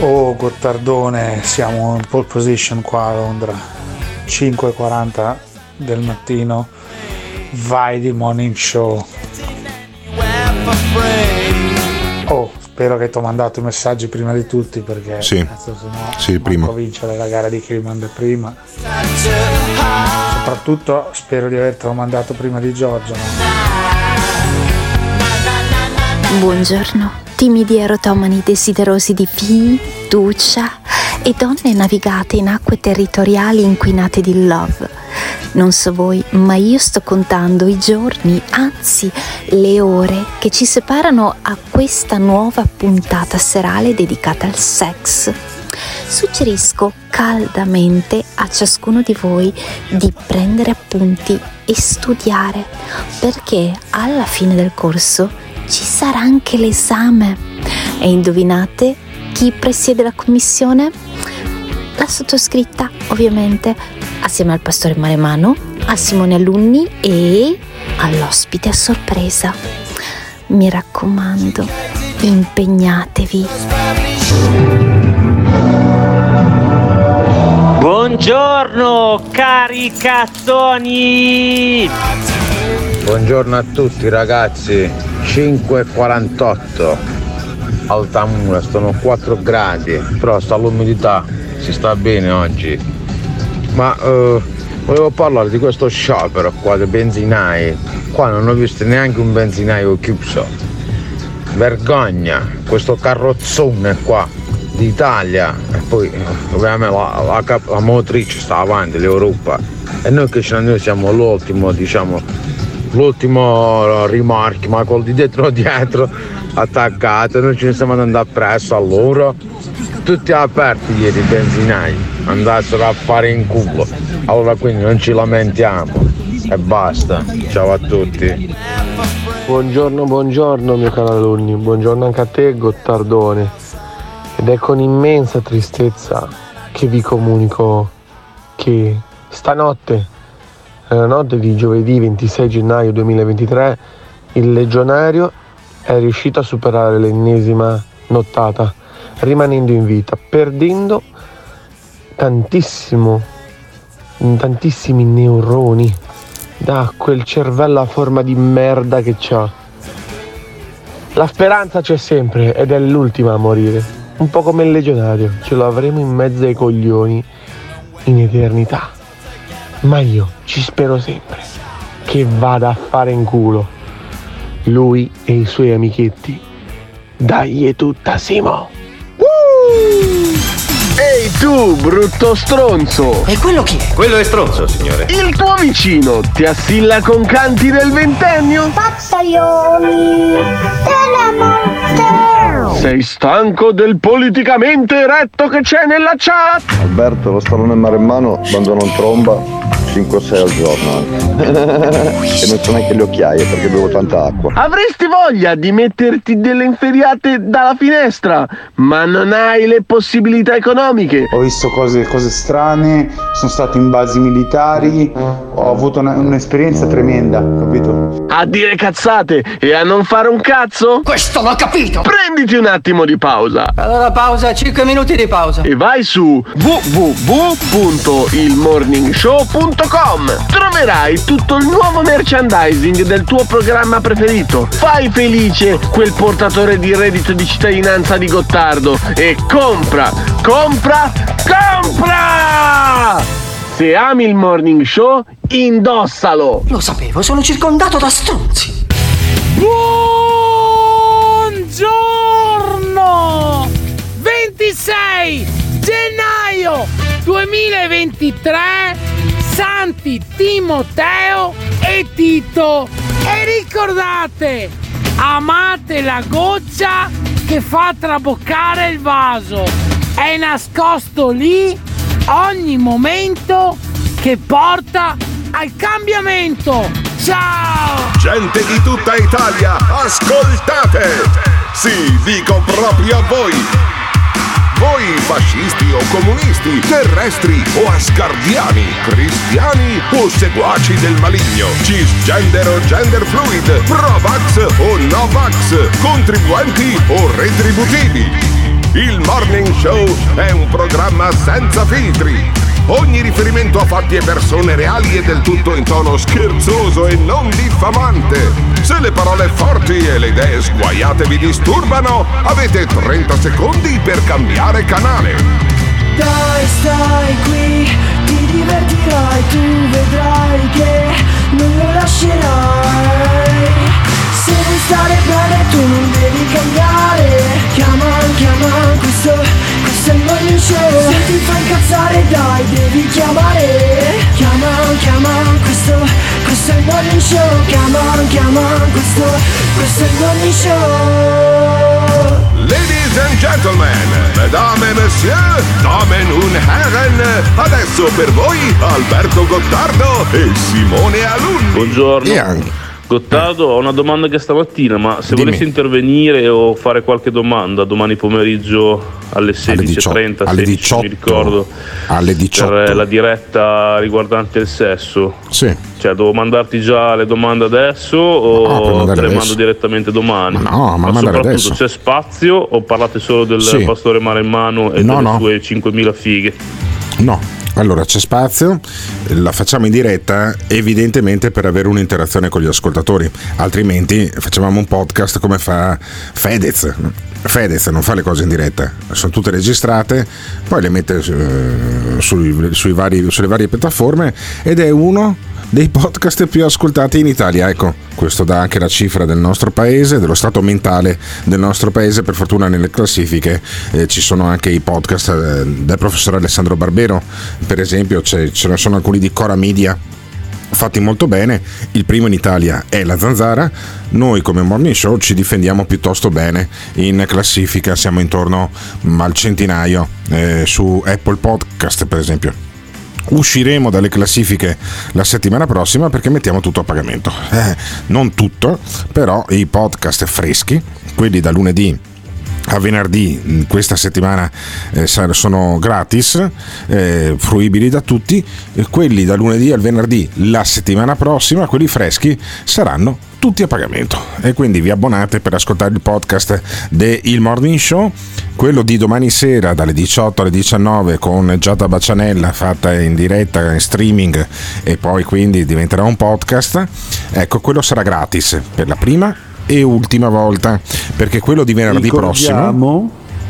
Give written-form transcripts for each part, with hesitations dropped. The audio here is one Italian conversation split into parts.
Oh Gottardone, siamo in pole position qua a Londra, 5:40 del mattino, vai di morning show. Oh, spero che ti ho mandato i messaggi prima di tutti, perché sì, cazzo, sennò sì, prima vincere la gara di chi rimanda prima. Soprattutto spero di avertelo mandato prima di Giorgio, no? Buongiorno, timidi erotomani desiderosi di fiducia e donne navigate in acque territoriali inquinate di love. Non so voi, ma io sto contando i giorni, anzi le ore che ci separano a questa nuova puntata serale dedicata al sex. Suggerisco caldamente a ciascuno di voi di prendere appunti e studiare, perché alla fine del corso ci sarà anche l'esame. E indovinate chi presiede la commissione? La sottoscritta, ovviamente, assieme al pastore Maremano, a Simone Alunni e all'ospite a sorpresa. Mi raccomando, impegnatevi. Buongiorno cari cazzoni! Buongiorno a tutti ragazzi, 5:48 Altamura, sono 4 gradi, però sta l'umidità, si sta bene oggi. Ma volevo parlare di questo sciopero qua dei benzinai. Qua non ho visto neanche un benzinaio chiuso. Vergogna, questo carrozzone qua d'Italia, e poi ovviamente la motrice sta avanti, l'Europa, e noi che noi siamo l'ultimo rimorchio, ma col di dietro attaccato, noi ci stiamo andando appresso a loro, tutti aperti ieri i benzinai, andassero a fare in culo, allora quindi non ci lamentiamo e basta. Ciao a tutti. Buongiorno mio caro alunni, buongiorno anche a te Gottardone. Ed è con immensa tristezza che vi comunico che stanotte, nella notte di giovedì 26 gennaio 2023, il Legionario è riuscito a superare l'ennesima nottata, rimanendo in vita, perdendo tantissimi neuroni da quel cervello a forma di merda che c'ha. La speranza c'è sempre ed è l'ultima a morire. Un po' come il Legionario, ce lo avremo in mezzo ai coglioni in eternità. Ma io ci spero sempre che vada a fare in culo lui e i suoi amichetti. Dai è tutta Simo. Ehi tu, brutto stronzo! E quello chi è? Quello è stronzo, signore. Il tuo vicino ti assilla con canti del ventennio? Pazzaioli della morte! Sei stanco del politicamente eretto che c'è nella chat? Alberto, lo stallone maremmano quando non tromba 5-6 al giorno e non so neanche le occhiaie perché bevo tanta acqua. Avresti voglia di metterti delle inferiate dalla finestra, ma non hai le possibilità economiche. Ho visto cose strane, sono stato in basi militari, ho avuto un'esperienza tremenda, capito? A dire cazzate e a non fare un cazzo? Questo l'ho capito! Prenditi un attimo di pausa. Allora pausa, 5 minuti di pausa. E vai su www.ilmorningshow.com. Troverai tutto il nuovo merchandising del tuo programma preferito. Fai felice quel portatore di reddito di cittadinanza di Gottardo e compra! Se ami il Morning Show, indossalo! Lo sapevo, sono circondato da stronzi. Buongiorno! 26 gennaio 2023, Santi Timoteo e Tito. E ricordate, amate la goccia che fa traboccare il vaso. È nascosto lì ogni momento che porta al cambiamento. Ciao! Gente di tutta Italia, ascoltate! Sì, dico proprio a voi! Voi fascisti o comunisti, terrestri o asgardiani, cristiani o seguaci del maligno, cisgender o gender fluid, pro-vax o no-vax, contribuenti o retributivi. Il Morning Show è un programma senza filtri. Ogni riferimento a fatti e persone reali è del tutto in tono scherzoso e non diffamante. Se le parole forti e le idee sguaiate vi disturbano, avete 30 secondi per cambiare canale. Dai, stai qui, ti divertirai, tu vedrai che non lo lascerai. Se vuoi stare bene tu non devi cambiare. Chiama, questo è il Morning Show. Se ti fa incazzare dai, devi chiamare. Chiama, questo è il Morning Show. Chiama, questo è il Morning Show. Ladies and gentlemen, mesdames et messieurs, damen und herren, adesso per voi Alberto Gottardo e Simone Alunni. Buongiorno. Gottardo, ho una domanda che stamattina, ma se volessi intervenire o fare qualche domanda domani pomeriggio alle 16:30, alle 18, mi ricordo, alle 18 per la diretta riguardante il sesso. Sì. Cioè, devo mandarti già le domande adesso o te le mando direttamente domani? No, ma soprattutto adesso. C'è spazio o parlate solo del pastore Maremmano e delle sue 5.000 fighe? No. Allora c'è spazio, la facciamo in diretta evidentemente per avere un'interazione con gli ascoltatori, altrimenti facevamo un podcast come fa Fedez. Fedez non fa le cose in diretta, sono tutte registrate, poi le mette sulle varie piattaforme ed è uno dei podcast più ascoltati in Italia. Ecco, questo dà anche la cifra del nostro paese, dello stato mentale del nostro paese. Per fortuna nelle classifiche ci sono anche i podcast del professor Alessandro Barbero, per esempio ce ne sono alcuni di Cora Media fatti molto bene. Il primo in Italia è La Zanzara. Noi come Morning Show ci difendiamo piuttosto bene in classifica, siamo intorno al centinaio su Apple Podcast per esempio. Usciremo dalle classifiche la settimana prossima perché mettiamo tutto a pagamento, non tutto, però i podcast freschi, quelli da lunedì a venerdì questa settimana sono gratis, fruibili da tutti. Quelli da lunedì al venerdì la settimana prossima, quelli freschi, saranno tutti a pagamento e quindi vi abbonate per ascoltare il podcast del Morning Show, quello di domani sera dalle 18 alle 19 con Giada Bacianella fatta in diretta in streaming e poi quindi diventerà un podcast. Ecco, quello sarà gratis per la prima e ultima volta, perché quello di venerdì prossimo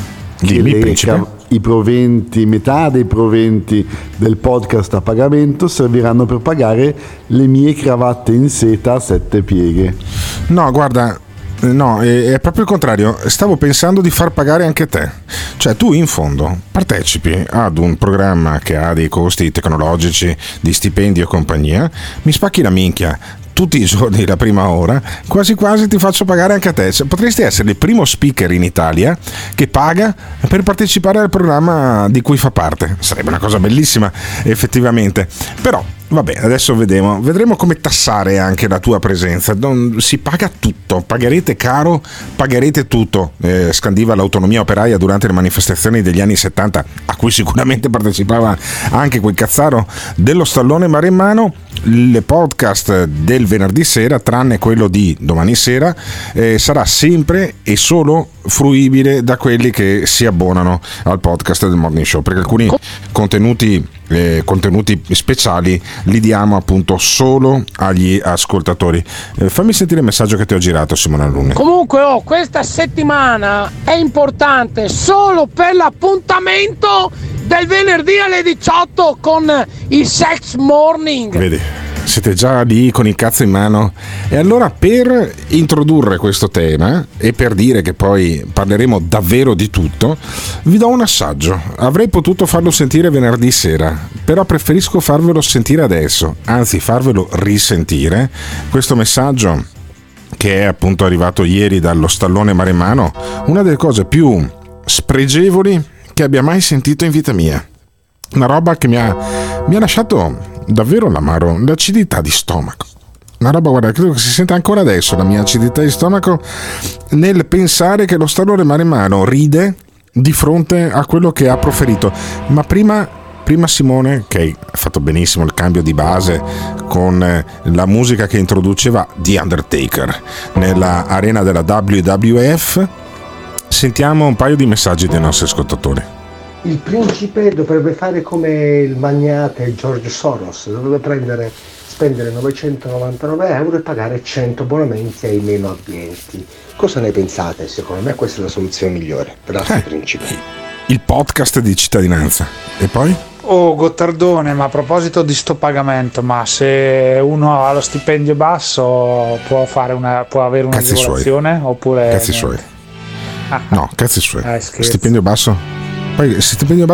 i proventi, metà dei proventi del podcast a pagamento serviranno per pagare le mie cravatte in seta a 7 pieghe. No, guarda, no, è proprio il contrario. Stavo pensando di far pagare anche te. Cioè tu in fondo partecipi ad un programma che ha dei costi tecnologici, di stipendio e compagnia, mi spacchi la minchia tutti i giorni la prima ora, quasi quasi ti faccio pagare anche a te. Cioè, potresti essere il primo speaker in Italia che paga per partecipare al programma di cui fa parte. Sarebbe una cosa bellissima effettivamente, però vabbè, adesso vedremo come tassare anche la tua presenza. Si paga tutto, pagherete caro, pagherete tutto, scandiva l'autonomia operaia durante le manifestazioni degli anni 70, a cui sicuramente partecipava anche quel cazzaro dello stallone Maremmano. Le podcast del venerdì sera, tranne quello di domani sera, sarà sempre e solo fruibile da quelli che si abbonano al podcast del Morning Show, perché alcuni contenuti speciali li diamo appunto solo agli ascoltatori. Fammi sentire il messaggio che ti ho girato, Simone Alunni. Comunque questa settimana è importante solo per l'appuntamento del venerdì alle 18 con il Sex Morning. Vedi, siete già lì con il cazzo in mano. E allora, per introdurre questo tema e per dire che poi parleremo davvero di tutto, vi do un assaggio. Avrei potuto farlo sentire venerdì sera, però preferisco farvelo sentire adesso, anzi farvelo risentire. Questo messaggio che è appunto arrivato ieri dallo stallone Maremmano, una delle cose più spregevoli che abbia mai sentito in vita mia. Una roba che mi ha lasciato davvero l'amaro, l'acidità di stomaco. Una roba, guarda, credo che si senta ancora adesso la mia acidità di stomaco nel pensare che lo stallone Maremmano ride di fronte a quello che ha proferito. Ma prima Simone, che ha fatto benissimo il cambio di base con la musica che introduceva The Undertaker nella arena della WWF, Sentiamo un paio di messaggi dei nostri ascoltatori. Il principe dovrebbe fare come il magnate George Soros, dovrebbe spendere 999 euro e pagare 100 abbonamenti ai meno abbienti. Cosa ne pensate? Secondo me questa è la soluzione migliore per il principe. Il podcast di cittadinanza. E poi? Oh Gottardone, ma a proposito di sto pagamento, ma se uno ha lo stipendio basso può avere un'agevolazione oppure cazzi niente? suoi. No, cazzi suoi. Scherzo. Stipendio basso? Poi stipendio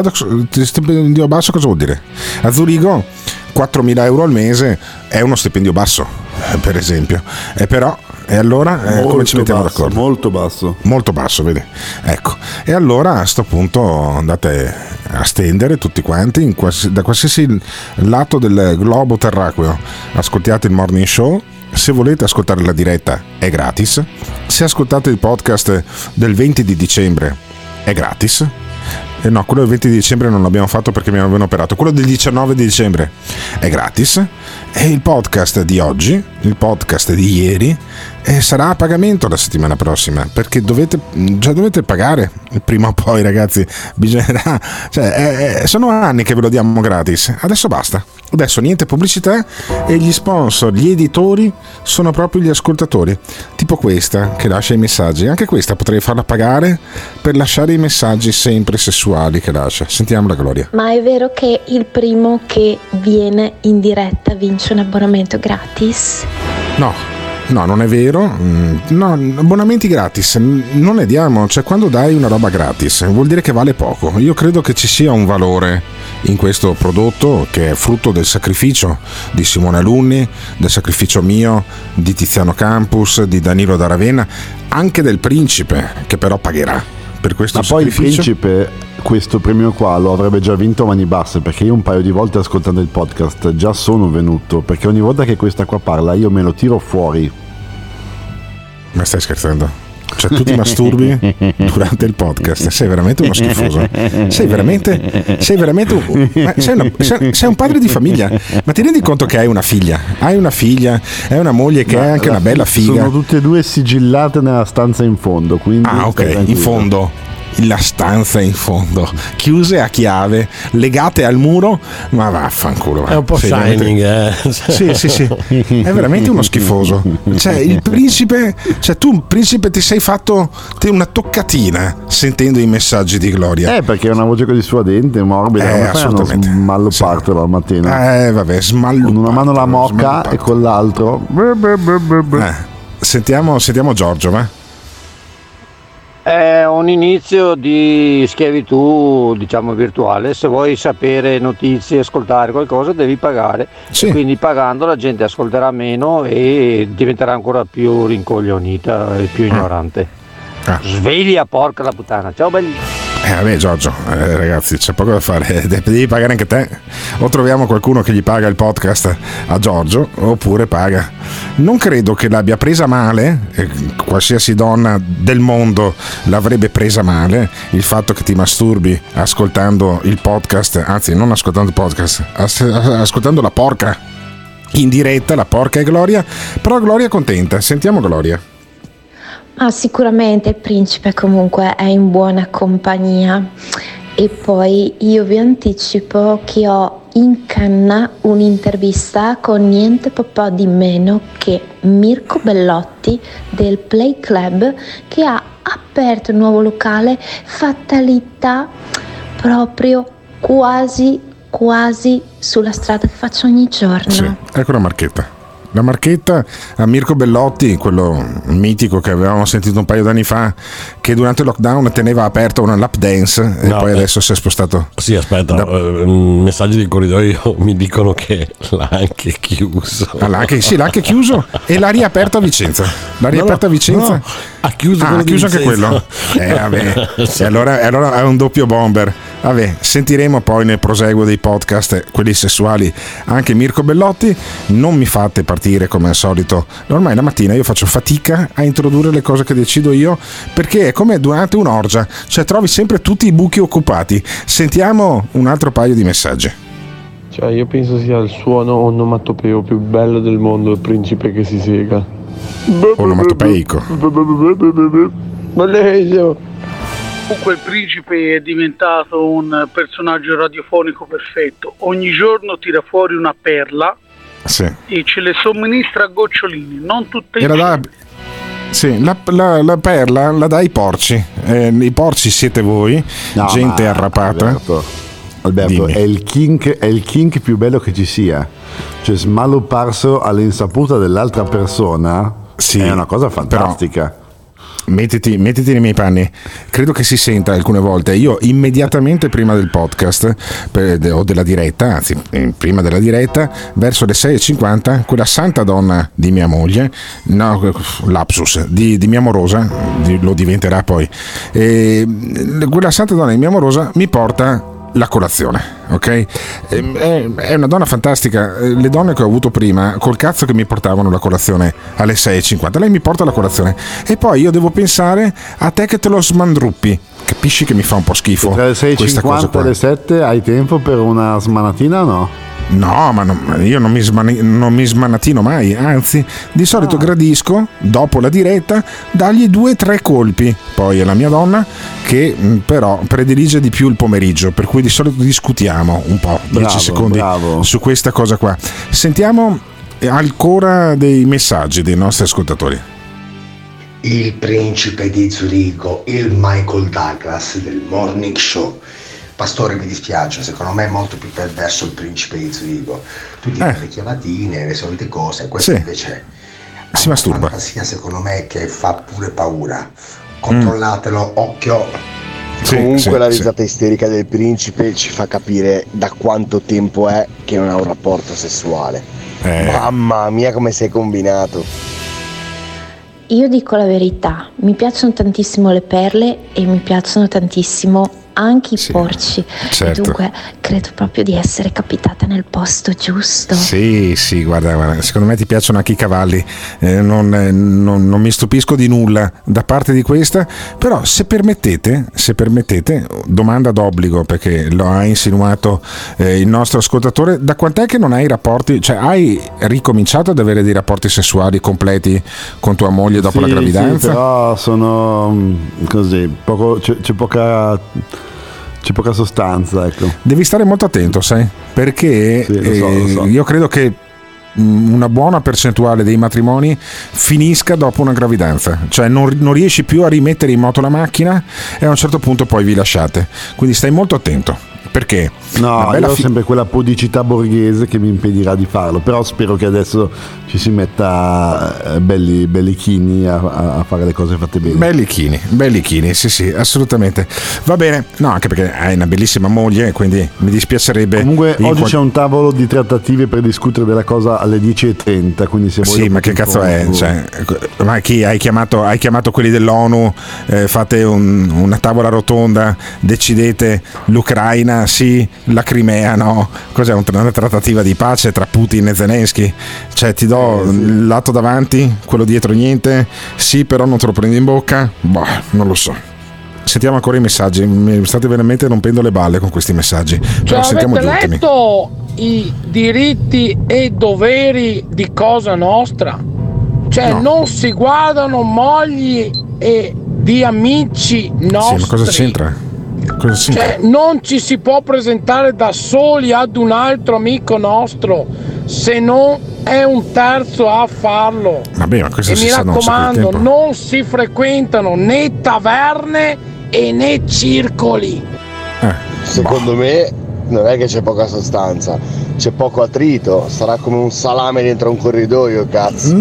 basso cosa vuol dire? A Zurigo 4.000 euro al mese è uno stipendio basso, per esempio. E allora come ci mettiamo d'accordo? Molto basso. Molto basso, vedi? Ecco. E allora a sto punto andate a stendere tutti quanti da qualsiasi lato del globo terracqueo. Ascoltate il Morning Show. Se volete ascoltare la diretta è gratis. Se ascoltate il podcast del 20 di dicembre è gratis. No, quello del 20 di dicembre non l'abbiamo fatto perché mi avevano operato. Quello del 19 di dicembre è gratis. E il podcast di oggi, il podcast di ieri, sarà a pagamento la settimana prossima, perché dovete pagare prima o poi, ragazzi. Bisognerà, sono anni che ve lo diamo gratis. Adesso basta. Adesso niente pubblicità e gli sponsor, gli editori sono proprio gli ascoltatori. Tipo questa che lascia i messaggi. Anche questa potrei farla pagare per lasciare i messaggi sempre sessuali che lascia. Sentiamo la Gloria. Ma è vero che il primo che viene in diretta vince un abbonamento gratis? No, non è vero. No, abbonamenti gratis non ne diamo. Cioè, quando dai una roba gratis vuol dire che vale poco. Io credo che ci sia un valore in questo prodotto che è frutto del sacrificio di Simone Alunni, del sacrificio mio, di Tiziano Campus, di Danilo da Ravenna, anche del principe, che però pagherà per questo sacrificio. Poi il principe questo premio qua lo avrebbe già vinto a mani basse, perché io un paio di volte ascoltando il podcast già sono venuto, perché ogni volta che questa qua parla io me lo tiro fuori. Ma stai scherzando? Cioè tu ti masturbi durante il podcast? Sei veramente uno schifoso. Sei veramente sei un padre di famiglia. Ma ti rendi conto che hai una figlia? Hai una moglie che è anche una bella figa. Sono tutte e due sigillate nella stanza in fondo, quindi ok, in fondo. La stanza in fondo, chiuse a chiave, legate al muro, ma vaffanculo. È un po' Shining, Sì. È veramente uno schifoso. Cioè, il principe, tu principe ti sei fatto una toccatina sentendo i messaggi di Gloria. Perché è una voce così suadente, morbida, assolutamente. Smallo parto la mattina. Vabbè, smallo. Con una mano la mocca e con l'altro. Sentiamo Giorgio, va? È un inizio di schiavitù, diciamo, virtuale. Se vuoi sapere notizie, ascoltare qualcosa, devi pagare. Sì. E quindi pagando la gente ascolterà meno e diventerà ancora più rincoglionita e più ignorante. Sveglia, porca la puttana. Ciao belli. Vabbè Giorgio, ragazzi, c'è poco da fare, devi pagare anche te. O troviamo qualcuno che gli paga il podcast a Giorgio, oppure paga. Non credo che l'abbia presa male, qualsiasi donna del mondo l'avrebbe presa male, il fatto che ti masturbi ascoltando il podcast, anzi non ascoltando il podcast, ascoltando la porca in diretta, la porca e Gloria. Però Gloria è contenta, sentiamo Gloria. Ma sicuramente il principe comunque è in buona compagnia. E poi io vi anticipo che ho in canna un'intervista con niente po' di meno che Mirko Bellotti del Play Club, che ha aperto un nuovo locale, fatalità, proprio quasi sulla strada che faccio ogni giorno. Sì, ecco la marchetta. La marchetta a Mirko Bellotti, quello mitico che avevamo sentito un paio d'anni fa, che durante il lockdown teneva aperto una lap dance e poi adesso si è spostato. Sì, aspetta, messaggi di corridoio mi dicono che l'ha anche chiuso. L'ha anche chiuso e l'ha riaperto a Vicenza. No, ha chiuso anche quello. Vabbè. Sì. E allora è un doppio bomber. Vabbè, sentiremo poi nel proseguo dei podcast, quelli sessuali, anche Mirko Bellotti. Non mi fate partire come al solito. Ormai la mattina io faccio fatica a introdurre le cose che decido io, perché è come durante un'orgia, cioè trovi sempre tutti i buchi occupati. Sentiamo un altro paio di messaggi. Cioè, io penso sia il suono onomatopeo più bello del mondo, il principe che si sega. Onomatopeico. Maleggio. Comunque il principe è diventato un personaggio radiofonico perfetto. Ogni giorno tira fuori una perla e ce le somministra a gocciolini, non tutte insieme. Sì, la perla la dai ai porci. I porci siete voi, gente arrapata. Alberto, è il kink più bello che ci sia. Cioè smalupparsi all'insaputa dell'altra persona è una cosa fantastica. Però, mettiti nei miei panni. Credo che si senta alcune volte. Io immediatamente prima del podcast o della diretta, anzi prima della diretta, verso le 6:50, quella santa donna di mia moglie, lapsus, di mia amorosa, lo diventerà poi, quella santa donna di mia amorosa mi porta la colazione, ok? È una donna fantastica. Le donne che ho avuto prima, col cazzo che mi portavano la colazione alle 6:50, lei mi porta la colazione e poi io devo pensare a te che te lo smandruppi. Capisci che mi fa un po' schifo. Tra le 6:50 e le 7 hai tempo per una smanatina o no? No, ma io non mi smanatino mai, anzi di solito gradisco dopo la diretta dargli 2-3 colpi. Poi è la mia donna che però predilige di più il pomeriggio, per cui di solito discutiamo un po', 10 secondi su questa cosa qua. Sentiamo ancora dei messaggi dei nostri ascoltatori. Il principe di Zurigo, il Michael Douglas del Morning Show. Pastore, mi dispiace, secondo me è molto più perverso il principe di Zurigo. Tu dici le chiamatine, le solite cose, questo invece si masturba. Una fantasia, secondo me, che fa pure paura. Controllatelo, occhio. Comunque la risata isterica del principe ci fa capire da quanto tempo è che non ha un rapporto sessuale. Mamma mia come sei combinato. Io dico la verità, mi piacciono tantissimo le perle e mi piacciono tantissimo anche i porci. Certo. Dunque credo proprio di essere capitata nel posto giusto. Sì, guarda, secondo me ti piacciono anche i cavalli. Non mi stupisco di nulla da parte di questa, però se permettete, domanda d'obbligo, perché lo ha insinuato il nostro ascoltatore: da quant'è che non hai rapporti, cioè hai ricominciato ad avere dei rapporti sessuali completi con tua moglie dopo la gravidanza? Sì, però sono così, c'è poca sostanza, ecco. Devi stare molto attento, sai, perché lo so. Io credo che una buona percentuale dei matrimoni finisca dopo una gravidanza, cioè non riesci più a rimettere in moto la macchina e a un certo punto poi vi lasciate, quindi stai molto attento. Perché? No, io ho sempre quella pudicità borghese che mi impedirà di farlo, però spero che adesso ci si metta belli chini a fare le cose fatte bene. Belli chini, sì, assolutamente. Va bene, no, anche perché hai una bellissima moglie, quindi mi dispiacerebbe. Comunque oggi c'è un tavolo di trattative per discutere della cosa alle 10:30, quindi se vuoi. Sì, ma che cazzo è? Cioè, ma chi hai chiamato quelli dell'ONU, fate una tavola rotonda, decidete l'Ucraina sì, la Crimea no, cos'è una trattativa di pace tra Putin e Zelensky? Cioè ti do il lato davanti, quello dietro niente, sì però non te lo prendi in bocca, non lo so. Sentiamo ancora i messaggi, mi state veramente rompendo le balle con questi messaggi. Però sentiamo gli ultimi. Letto i diritti e doveri di Cosa Nostra? Cioè non si guardano mogli e di amici nostri. Sì, ma cosa c'entra? Cioè, non ci si può presentare da soli ad un altro amico nostro se non è un terzo a farlo. Vabbè, ma questo e mi raccomando, non si frequentano né taverne e né circoli. Secondo me non è che c'è poca sostanza, c'è poco attrito, sarà come un salame dentro un corridoio, cazzo.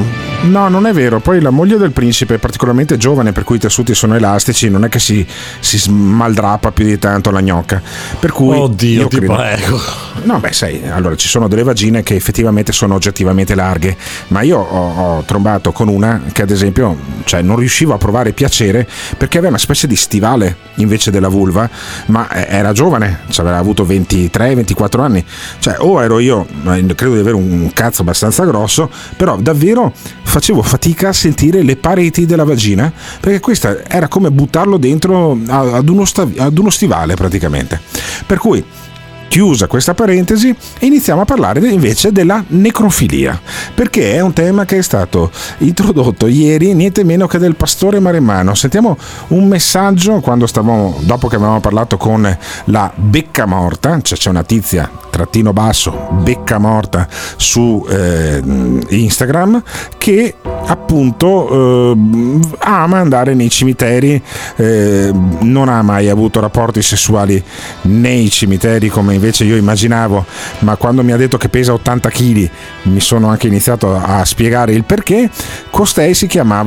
No, non è vero. Poi la moglie del principe è particolarmente giovane, per cui i tessuti sono elastici, non è che si smaldrappa più di tanto la gnocca. Per cui oddio, ti prego. No, beh, sai, allora ci sono delle vagine che effettivamente sono oggettivamente larghe, ma io ho trombato con una che ad esempio, cioè, non riuscivo a provare piacere perché aveva una specie di stivale invece della vulva, ma era giovane, cioè aveva avuto 23-24 anni, cioè o ero io, credo di avere un cazzo abbastanza grosso, però davvero facevo fatica a sentire le pareti della vagina, perché questa era come buttarlo dentro ad uno stivale praticamente. Per cui Chiusa questa parentesi, iniziamo a parlare invece della necrofilia, perché è un tema che è stato introdotto ieri niente meno che del pastore Maremmano. Sentiamo un messaggio dopo che avevamo parlato con la Becca Morta, cioè c'è una tizia _, Becca Morta su Instagram, che appunto ama andare nei cimiteri, non ha mai avuto rapporti sessuali nei cimiteri come invece io immaginavo, ma quando mi ha detto che pesa 80 kg mi sono anche iniziato a spiegare il perché. Costei si chiama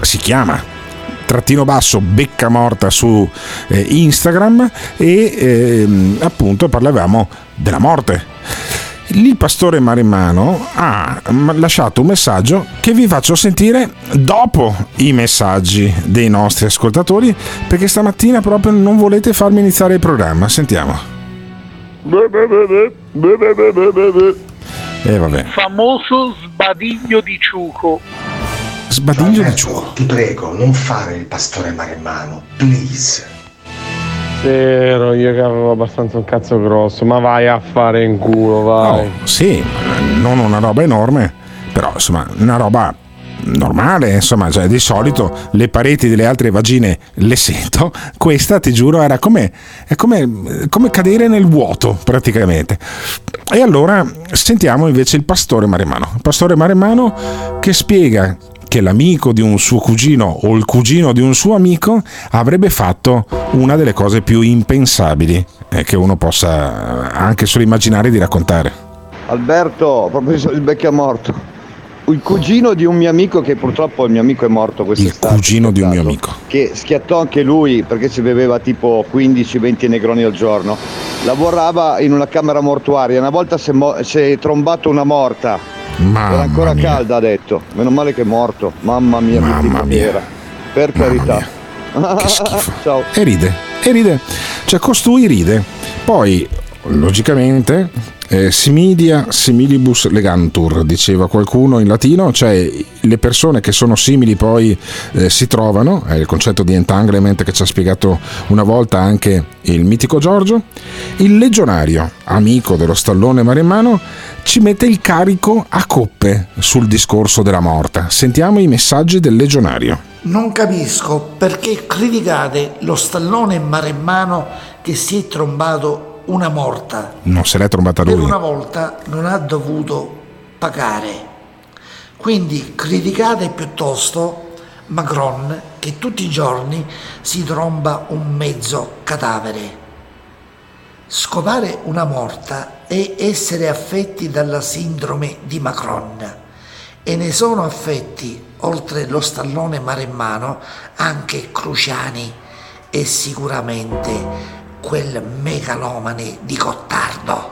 _ Becca Morta su Instagram e appunto parlavamo della morte. Il pastore Maremmano ha lasciato un messaggio che vi faccio sentire dopo i messaggi dei nostri ascoltatori, perché stamattina proprio non volete farmi iniziare il programma. Sentiamo. Vabbè. Famoso sbadiglio di ciuco. Sbadiglio di ciuco. Ti prego, non fare il pastore Maremmano, please. Ero io che avevo abbastanza un cazzo grosso, ma vai a fare in culo, vai. Sì, non una roba enorme, però insomma una roba normale, insomma, cioè di solito le pareti delle altre vagine le sento, questa ti giuro è come cadere nel vuoto praticamente. E allora sentiamo invece il pastore Maremmano che spiega che l'amico di un suo cugino o il cugino di un suo amico avrebbe fatto una delle cose più impensabili che uno possa anche solo immaginare di raccontare. Alberto, proprio il Becca Morto, il cugino di un mio amico, che purtroppo il mio amico è morto quest'estate. Il cugino di un mio amico che schiattò anche lui perché si beveva tipo 15-20 negroni al giorno. Lavorava in una camera mortuaria, una volta si è trombato una morta. Era ancora calda, ha detto. Meno male che è morto. Mamma mia, che era. Per carità. Che schifo. Ciao. E ride. Cioè costui ride. Poi, logicamente, similia similibus legantur, diceva qualcuno in latino, cioè le persone che sono simili poi si trovano, è il concetto di entanglement che ci ha spiegato una volta anche il mitico Giorgio. Il legionario, amico dello stallone Maremmano, ci mette il carico a coppe sul discorso della morta. Sentiamo i messaggi del legionario. Non capisco perché criticate lo stallone Maremmano che si è trombato una morta. Non se l'è trombata lui. Per una volta non ha dovuto pagare. Quindi criticate piuttosto Macron che tutti i giorni si tromba un mezzo cadavere. Scopare una morta è essere affetti dalla sindrome di Macron e ne sono affetti, oltre lo stallone Maremmano, anche Cruciani e sicuramente quel megalomane di Gottardo.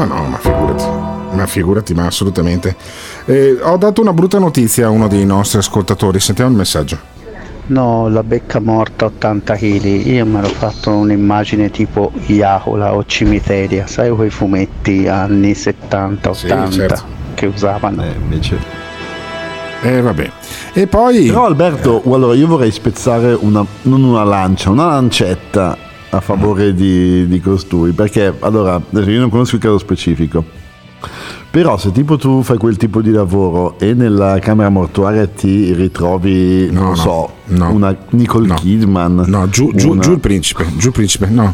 Ma figurati, ma assolutamente. Ho dato una brutta notizia a uno dei nostri ascoltatori, sentiamo il messaggio. No, la Becca Morta 80 kg, io mi ero fatto un'immagine tipo Iacola o Cimiteria, sai quei fumetti anni 70-80 sì, certo, che usavano? Invece. Vabbè. E poi. Però Alberto, allora io vorrei spezzare non una lancia, una lancetta a favore di costui, perché allora io non conosco il caso specifico. Però se tipo tu fai quel tipo di lavoro e nella camera mortuaria ti ritrovi, una Nicole Kidman. No, giù il principe, no,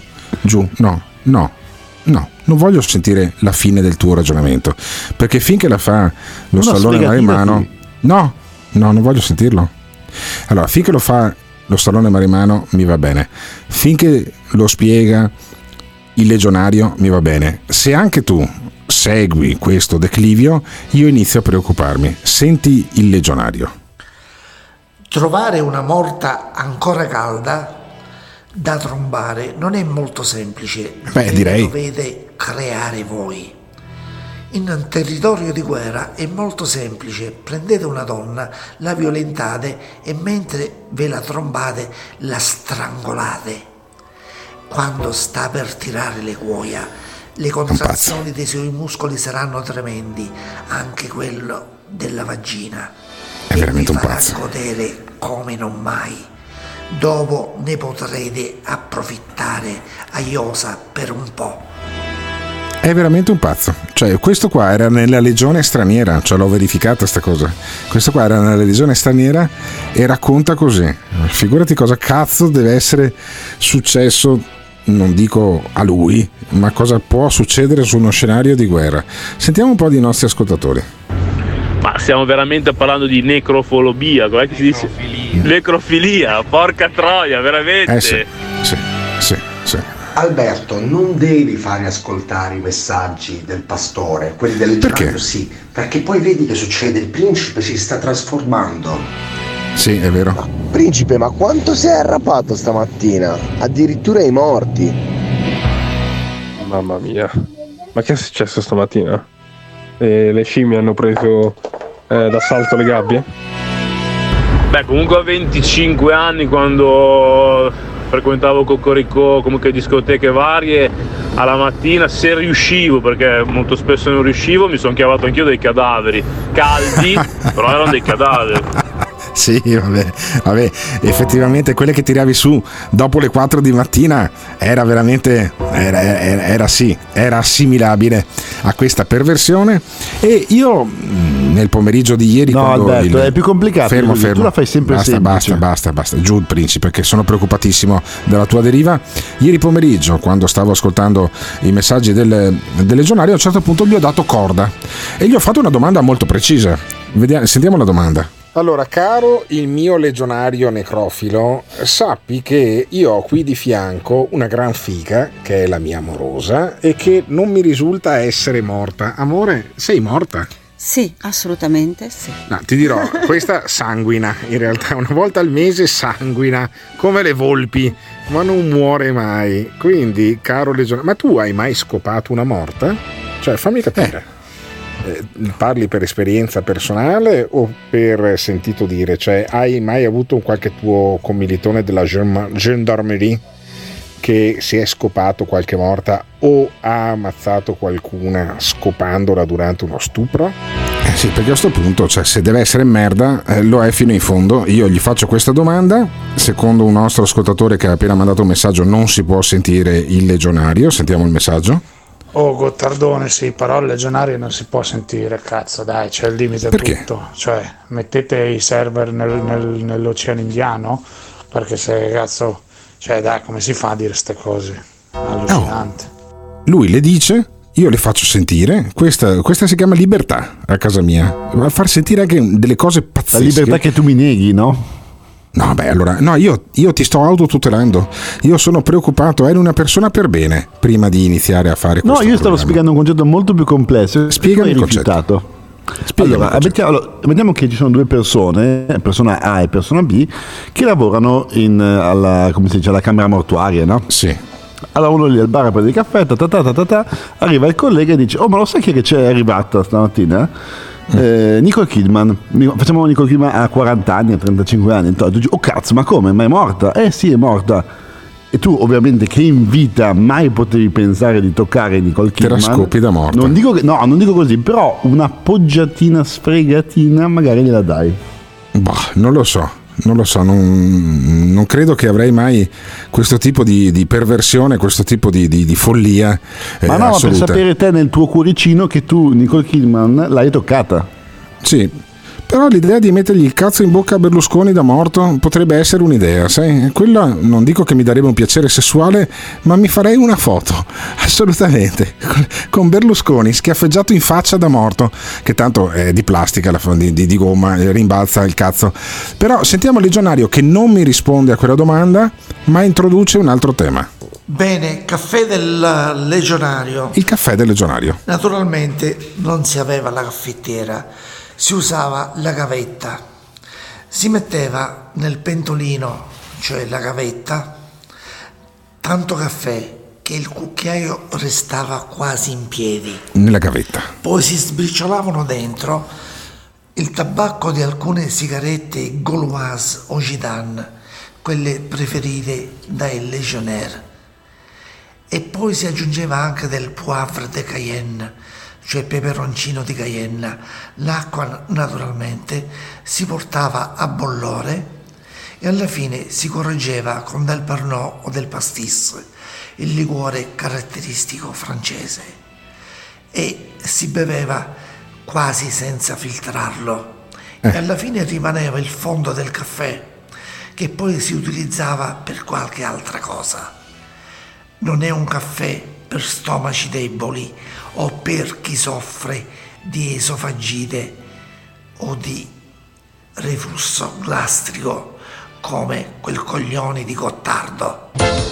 non voglio sentire la fine del tuo ragionamento, perché finché la fa lo stallone Maremmano, no, non voglio sentirlo. Allora, finché lo fa lo stallone Maremmano mi va bene, finché lo spiega il legionario mi va bene. Se anche tu segui questo declivio, io inizio a preoccuparmi. Senti il legionario. Trovare una morta ancora calda da trombare non è molto semplice. Direi. Dovete creare voi. In territorio di guerra è molto semplice. Prendete una donna, la violentate e mentre ve la trombate la strangolate. Quando sta per tirare le cuoia, le contrazioni dei suoi muscoli saranno tremendi, anche quello della vagina. È veramente un farà pazzo. Godere come non mai. Dopo ne potrete approfittare a iosa per un po'. È veramente un pazzo. Cioè, questo qua era nella legione straniera, cioè l'ho verificata sta cosa. Questo qua era nella legione straniera e racconta così. Figurati cosa cazzo deve essere successo, non dico a lui, ma cosa può succedere su uno scenario di guerra. Sentiamo un po' di nostri ascoltatori. Ma stiamo veramente parlando di necrofobia, com'è che si dice? Necrofilia, porca troia, veramente. Sì. Alberto, non devi fare ascoltare i messaggi del pastore, quelli del legionario, sì, perché poi vedi che succede, il principe si sta trasformando. Sì, è vero. Ma, principe, ma quanto sei arrapato stamattina? Addirittura i morti. Mamma mia, ma che è successo stamattina? Le scimmie hanno preso d'assalto le gabbie? Beh, comunque a 25 anni, quando frequentavo Cocorico, comunque discoteche varie, alla mattina, se riuscivo, perché molto spesso non riuscivo, mi sono chiavato anch'io dei cadaveri caldi, però erano dei cadaveri. Sì, vabbè, effettivamente quelle che tiravi su dopo le 4 di mattina era veramente era assimilabile a questa perversione. E io nel pomeriggio di ieri, no Alberto, è più complicato, fermo. Tu la fai sempre semplice. Basta, giù il principe, che sono preoccupatissimo della tua deriva. Ieri pomeriggio, quando stavo ascoltando i messaggi del legionario, a un certo punto gli ho dato corda e gli ho fatto una domanda molto precisa. Sentiamo la domanda. Allora, caro il mio legionario necrofilo, sappi che io ho qui di fianco una gran figa, che è la mia amorosa, e che non mi risulta essere morta. Amore, sei morta? Sì, assolutamente sì. No, ti dirò, questa sanguina, in realtà una volta al mese sanguina, come le volpi, ma non muore mai. Quindi, caro legionario, ma tu hai mai scopato una morta? Cioè, fammi capire. Parli per esperienza personale o per sentito dire? Cioè, hai mai avuto qualche tuo commilitone della gendarmerie che si è scopato qualche morta o ha ammazzato qualcuna scopandola durante uno stupro? Sì, perché a questo punto, cioè, se deve essere merda, lo è fino in fondo. Io gli faccio questa domanda. Secondo un nostro ascoltatore che ha appena mandato un messaggio, non si può sentire il legionario. Sentiamo il messaggio. Oh, Gottardone, sì, però il legionario non si può sentire, cazzo, dai, c'è il limite. Perché? Tutto. Cioè, mettete i server nell'Oceano Indiano, perché se cazzo, cioè, dai, come si fa a dire ste cose? Allucinante. Lui le dice, io le faccio sentire. Questa si chiama libertà a casa mia, a far sentire anche delle cose pazzesche. La libertà che tu mi neghi, no? No, beh, allora, no, io ti sto autotutelando. Io sono preoccupato, eri una persona per bene prima di iniziare a fare questo. No, io stavo spiegando un concetto molto più complesso. Spiegami il concetto. Allora, mettiamo che ci sono due persone, persona A e persona B, che lavorano alla camera mortuaria, no? Sì. Allora uno lì al bar prende il caffè, arriva il collega e dice: oh, ma lo sai che c'è arrivata stamattina? Nicole Kidman, facciamo Nicole Kidman a 40 anni, a 35 anni. Tu dici: oh cazzo, ma come? Ma è morta? Sì, è morta. E tu ovviamente che in vita mai potevi pensare di toccare Nicole Kidman, te la scopi da morta. Non dico così, però una poggiatina sfregatina magari gliela dai. Bah, non lo so, non credo che avrei mai questo tipo di perversione, questo tipo di follia. Ma no, per sapere te nel tuo cuoricino che tu Nicole Kidman l'hai toccata. Sì, però l'idea di mettergli il cazzo in bocca a Berlusconi da morto potrebbe essere un'idea, sai? Quella non dico che mi darebbe un piacere sessuale, ma mi farei una foto, assolutamente, con Berlusconi schiaffeggiato in faccia da morto, che tanto è di plastica, di gomma, rimbalza il cazzo. Però sentiamo il legionario che non mi risponde a quella domanda, ma introduce un altro tema. Bene, caffè del legionario. Il caffè del legionario. Naturalmente non si aveva la caffettiera, si usava la gavetta, si metteva nel pentolino, cioè la gavetta, tanto caffè che il cucchiaio restava quasi in piedi. Nella gavetta. Poi si sbriciolavano dentro il tabacco di alcune sigarette Gauloise o Gidan, quelle preferite dai legionnaire. E poi si aggiungeva anche del poivre de Cayenne, cioè peperoncino di Cayenne. L'acqua naturalmente si portava a bollore e alla fine si correggeva con del Pernod o del Pastis, il liquore caratteristico francese. e si beveva quasi senza filtrarlo e alla fine rimaneva il fondo del caffè che poi si utilizzava per qualche altra cosa. Non è un caffè per stomaci deboli o per chi soffre di esofagite o di reflusso gastrico come quel coglione di Gottardo.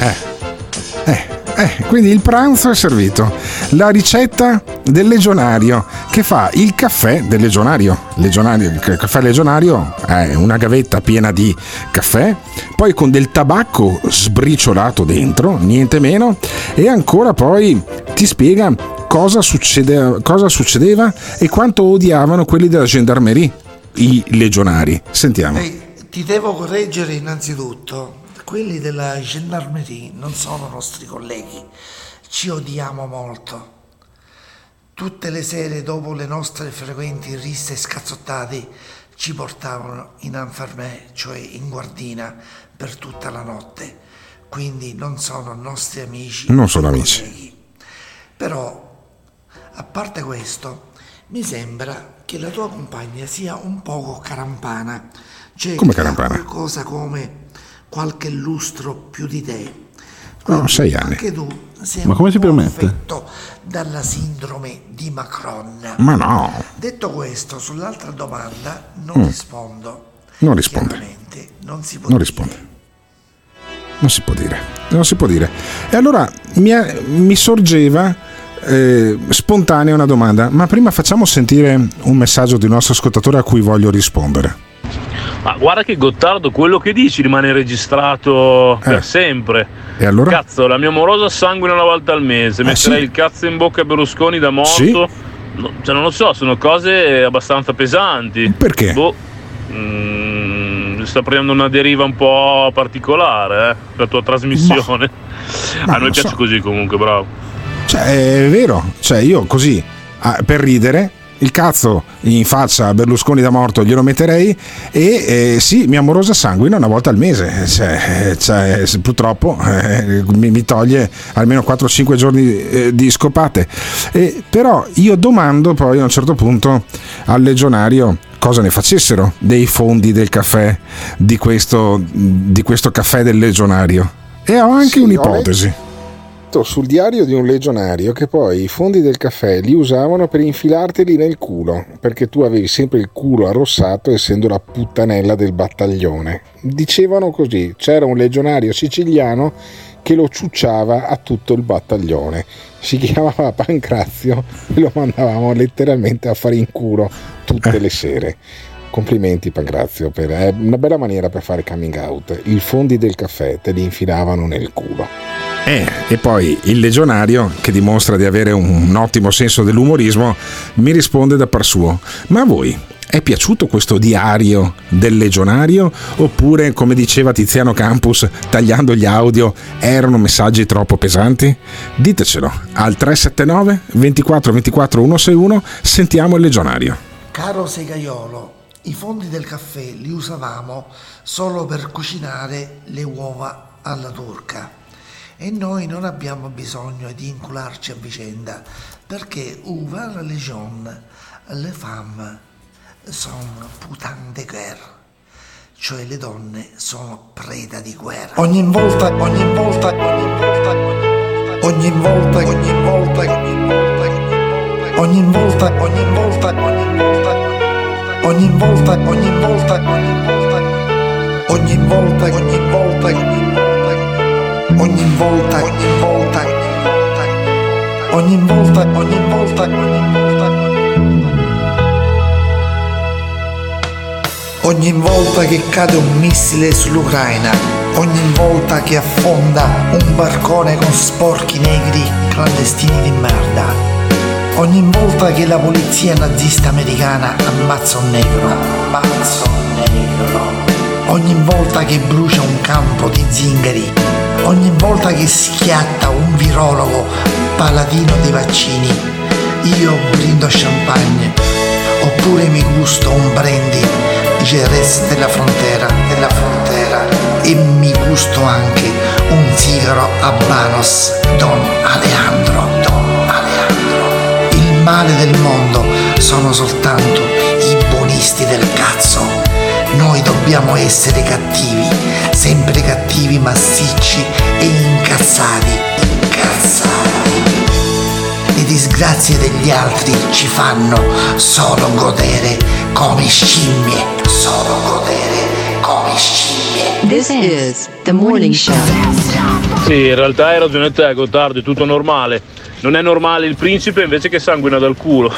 Quindi il pranzo è servito. La ricetta del legionario che fa il caffè del legionario. Il caffè legionario è una gavetta piena di caffè, poi con del tabacco sbriciolato dentro, niente meno, e ancora poi ti spiega cosa succedeva e quanto odiavano quelli della gendarmerie, i legionari. Sentiamo. Ti devo correggere innanzitutto. Quelli della gendarmerie non sono nostri colleghi, ci odiamo molto. Tutte le sere dopo le nostre frequenti risse e scazzottate ci portavano in infermè, cioè in guardina, per tutta la notte. Quindi non sono nostri amici. Non sono amici. Colleghi. Però, a parte questo, mi sembra che la tua compagna sia un poco carampana. Cioè, come carampana? Qualcosa come qualche lustro più di te. No, 6 anni. Anche tu sei ma come si permette? affetto dalla sindrome di Macron. Ma no. Detto questo, sull'altra domanda non rispondo. Non risponde. Non si può non dire. risponde. Non si può dire. E allora mi sorgeva spontanea una domanda, ma prima facciamo sentire un messaggio di un nostro ascoltatore a cui voglio rispondere. Ma guarda che Gottardo, quello che dici rimane registrato per sempre. E allora? Cazzo, la mia amorosa sanguina una volta al mese, metterei il cazzo in bocca a Berlusconi da morto. Sì? No, cioè non lo so, sono cose abbastanza pesanti. Perché? Sta prendendo una deriva un po' particolare, la tua trasmissione. A noi piace così comunque, bravo. Cioè, è vero, cioè io così, per ridere, il cazzo in faccia a Berlusconi da morto glielo metterei e sì, mia amorosa sanguina una volta al mese, cioè, purtroppo mi toglie almeno 4-5 giorni di scopate, però io domando poi a un certo punto al legionario cosa ne facessero dei fondi del caffè, di questo caffè del legionario, e ho anche un'ipotesi sul diario di un legionario che poi i fondi del caffè li usavano per infilarteli nel culo, perché tu avevi sempre il culo arrossato essendo la puttanella del battaglione. Dicevano così, c'era un legionario siciliano che lo ciucciava a tutto il battaglione, si chiamava Pancrazio e lo mandavamo letteralmente a fare in culo tutte le sere. Complimenti Pancrazio, è una bella maniera per fare coming out. I fondi del caffè te li infilavano nel culo. E poi il legionario, che dimostra di avere un ottimo senso dell'umorismo, mi risponde da par suo: ma a voi è piaciuto questo diario del legionario? Oppure, come diceva Tiziano Campus tagliando gli audio, erano messaggi troppo pesanti? Ditecelo al 379 24 24 161. Sentiamo il legionario. Caro Segaiolo, i fondi del caffè li usavamo solo per cucinare le uova alla turca. E noi non abbiamo bisogno di incularci a vicenda, perché uva la legion, le femme sono putain de guerre, cioè le donne sono preda di guerra. Ogni volta, ogni volta che cade un missile sull'Ucraina, ogni volta che affonda un barcone con sporchi negri clandestini di merda, ogni volta che la polizia nazista americana ammazza un negro, ogni volta che brucia un campo di zingari, ogni volta che schiatta un virologo paladino dei vaccini, io brindo champagne, oppure mi gusto un brandy Jerez della frontera, e mi gusto anche un sigaro Habanos Don Alejandro. Il siamo soltanto i buonisti del cazzo. Noi dobbiamo essere cattivi, sempre cattivi, massicci e incazzati. Le disgrazie degli altri ci fanno solo godere come scimmie. This is the morning show. Sì, in realtà hai ragione te, Gottardo, è tutto normale. Non è normale il principe invece che sanguina dal culo.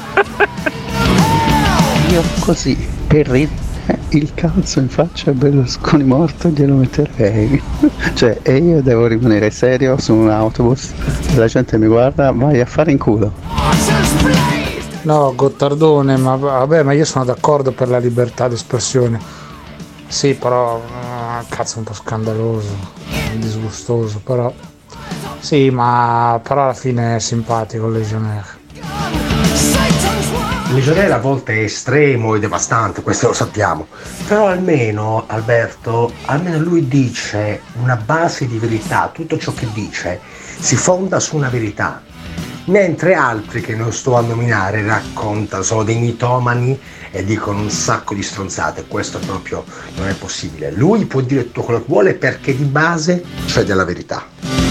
Io così, per ridere, il calzo in faccia a Berlusconi morto glielo metterei. Cioè, e io devo rimanere serio su un autobus, la gente mi guarda, vai a fare in culo. No, Gottardone, ma io sono d'accordo per la libertà d'espressione. Sì, però cazzo, è un po' scandaloso, disgustoso, però sì, ma però alla fine è simpatico Legionnaire. Legionnaire a volte è estremo e devastante, questo lo sappiamo, però almeno Alberto, almeno lui dice una base di verità, tutto ciò che dice si fonda su una verità, mentre altri che non sto a nominare raccontano, sono dei mitomani e dicono un sacco di stronzate. Questo proprio non è possibile. Lui può dire tutto quello che vuole perché di base c'è della verità.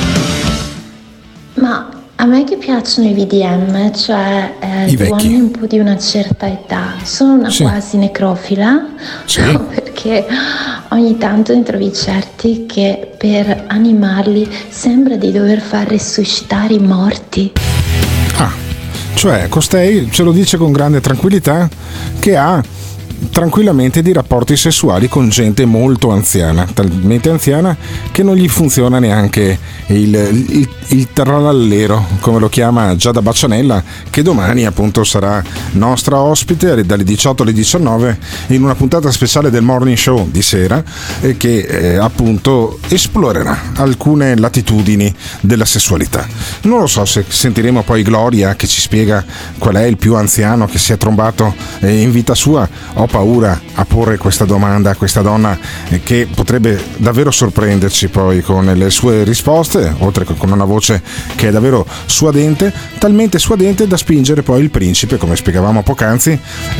Ma a me che piacciono i VDM, cioè I gli vecchi. uomini un po' di una certa età, sono una Sì. quasi necrofila, Sì. perché ogni tanto ne trovi certi che per animarli sembra di dover far resuscitare i morti. Cioè, costei ce lo dice con grande tranquillità che ha tranquillamente di rapporti sessuali con gente molto anziana, talmente anziana che non gli funziona neanche il trallallero, come lo chiama Giada Baccianella, che domani appunto sarà nostra ospite dalle 18 alle 19 in una puntata speciale del Morning Show di sera, che appunto esplorerà alcune latitudini della sessualità. Non lo so se sentiremo poi Gloria che ci spiega qual è il più anziano che si è trombato in vita sua. Ho paura a porre questa domanda a questa donna che potrebbe davvero sorprenderci poi con le sue risposte, oltre che con una voce che è davvero suadente, talmente suadente da spingere poi il principe, come spiegavamo poc'anzi,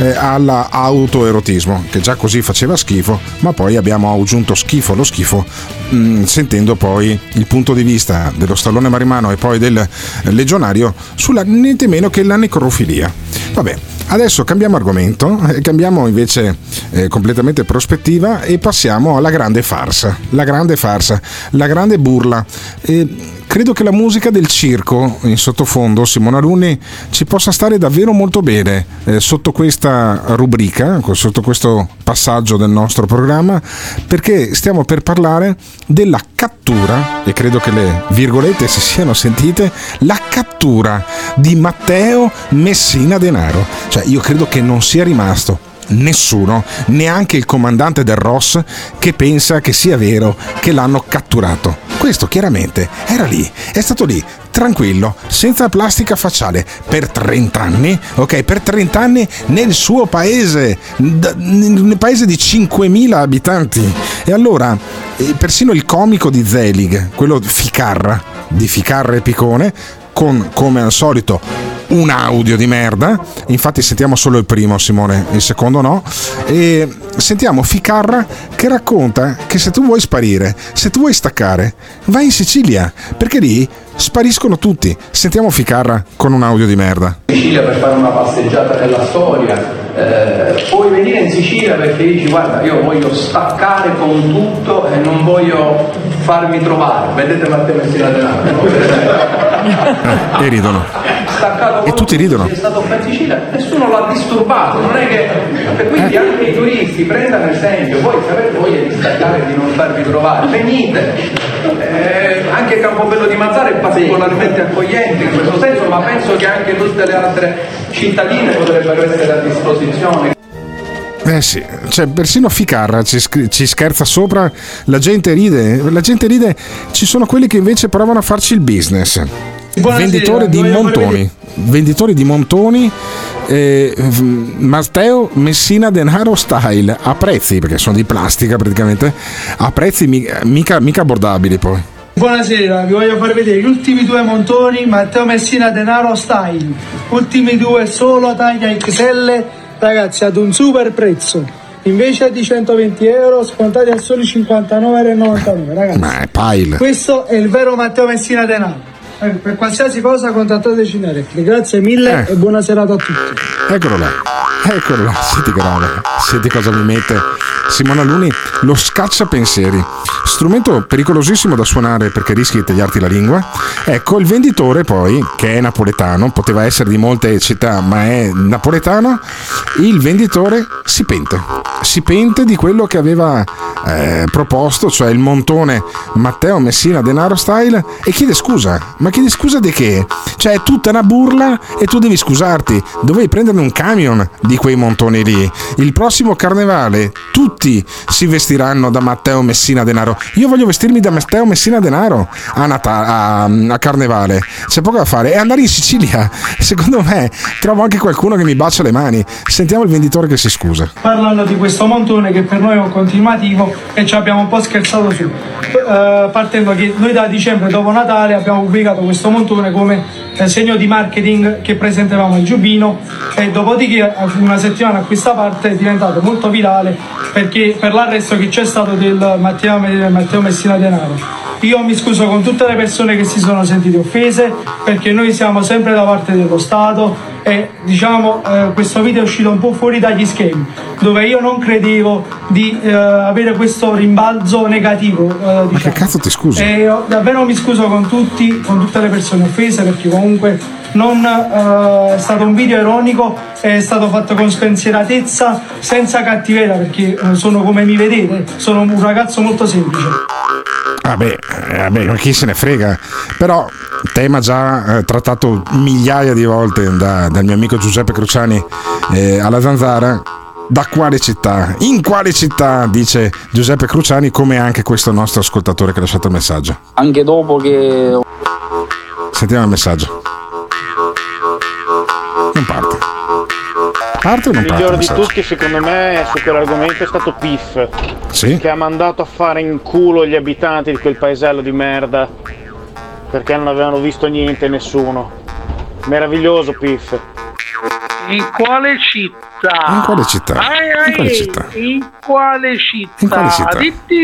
all'autoerotismo, che già così faceva schifo, ma poi abbiamo aggiunto schifo allo schifo, sentendo poi il punto di vista dello stallone marimano e poi del legionario sulla niente meno che la necrofilia. Vabbè, adesso cambiamo argomento, cambiamo invece completamente prospettiva e passiamo alla grande farsa, la grande burla. Credo che la musica del circo in sottofondo, Simona Alunni, ci possa stare davvero molto bene sotto questa rubrica, sotto questo passaggio del nostro programma, perché stiamo per parlare della cattura, e credo che le virgolette si siano sentite, la cattura di Matteo Messina Denaro. Cioè, io credo che non sia rimasto nessuno, neanche il comandante del ROS, che pensa che sia vero che l'hanno catturato. Questo chiaramente era lì, è stato lì, tranquillo, senza plastica facciale, per 30 anni, ok? Per 30 anni nel suo paese, nel paese di 5.000 abitanti. E allora, persino il comico di Zelig, quello di Ficarra e Picone, con, come al solito, un audio di merda. Infatti sentiamo solo il primo, Simone, il secondo no. E sentiamo Ficarra che racconta che se tu vuoi sparire, se tu vuoi staccare, vai in Sicilia, perché lì spariscono tutti. Sentiamo Ficarra con un audio di merda. Sicilia per fare una passeggiata nella storia, puoi venire in Sicilia perché dici guarda, io voglio staccare con tutto e non voglio farmi trovare. Vedete Matteo Messina Denaro? E ridono. E tutti ridono. È stato in Sicilia, nessuno l'ha disturbato, non è che quindi anche i turisti prendano esempio. Voi se avete voglia di staccare e di non farvi trovare, venite. Anche Campobello di Mazzara è particolarmente accogliente in questo senso, ma penso che anche tutte le altre cittadine potrebbero essere a disposizione. Sì, cioè persino Ficarra ci scherza sopra, la gente ride, ci sono quelli che invece provano a farci il business. Venditori di montoni, Matteo Messina Denaro style, a prezzi, perché sono di plastica praticamente, a prezzi mica abbordabili poi. Buonasera, vi voglio far vedere gli ultimi 2 montoni Matteo Messina Denaro Style. Ultimi 2 solo taglia XL, ragazzi, ad un super prezzo. Invece di 120 euro scontati a soli 59,99 ragazzi. Ma è pile. Questo è il vero Matteo Messina Denaro. Per qualsiasi cosa contattateci in Refli. Grazie mille e buona serata a tutti. Eccolo là, senti che roba, senti cosa mi mette Simona Luni, lo scacciapensieri, strumento pericolosissimo da suonare perché rischi di tagliarti la lingua. Ecco, il venditore poi, che è napoletano, poteva essere di molte città ma è napoletano, il venditore si pente di quello che aveva proposto, cioè il montone Matteo Messina Denaro Style, e chiede scusa. Ma chiedi scusa di che? Cioè è tutta una burla e tu devi scusarti. Dovevi prenderne un camion di quei montoni lì. Il prossimo carnevale tutti si vestiranno da Matteo Messina Denaro. Io voglio vestirmi da Matteo Messina Denaro a carnevale. C'è poco da fare. E andare in Sicilia, secondo me, trovo anche qualcuno che mi bacia le mani. Sentiamo il venditore che si scusa. Parlando di questo montone che per noi è un continuativo e ci abbiamo un po' scherzato su. Partendo che noi da dicembre dopo Natale abbiamo pubblicato questo montone come segno di marketing che presentavamo al Giubbino, e dopodiché una settimana a questa parte è diventato molto virale perché per l'arresto che c'è stato del Matteo Messina Denaro. Io mi scuso con tutte le persone che si sono sentite offese, perché noi siamo sempre da parte dello Stato e diciamo questo video è uscito un po' fuori dagli schemi, dove io non credevo di avere questo rimbalzo negativo. Ma che cazzo ti scusi? Davvero mi scuso con tutte le persone offese, perché comunque non è stato un video ironico, è stato fatto con spensieratezza, senza cattiveria, perché sono, come mi vedete, sono un ragazzo molto semplice. Vabbè, ma chi se ne frega. Però tema già trattato migliaia di volte dal mio amico Giuseppe Cruciani alla Zanzara. Da quale città? In quale città? Dice Giuseppe Cruciani, come anche questo nostro ascoltatore che ha lasciato il messaggio. Anche dopo che... Sentiamo il messaggio. Non parte. Parte o non il parte? migliore di tutti secondo me su quell'argomento è stato Piff, sì? Che ha mandato a fare in culo gli abitanti di quel paesello di merda perché non avevano visto niente, nessuno. Meraviglioso Piff. In quale città? In quale città? In quale città? In quale città?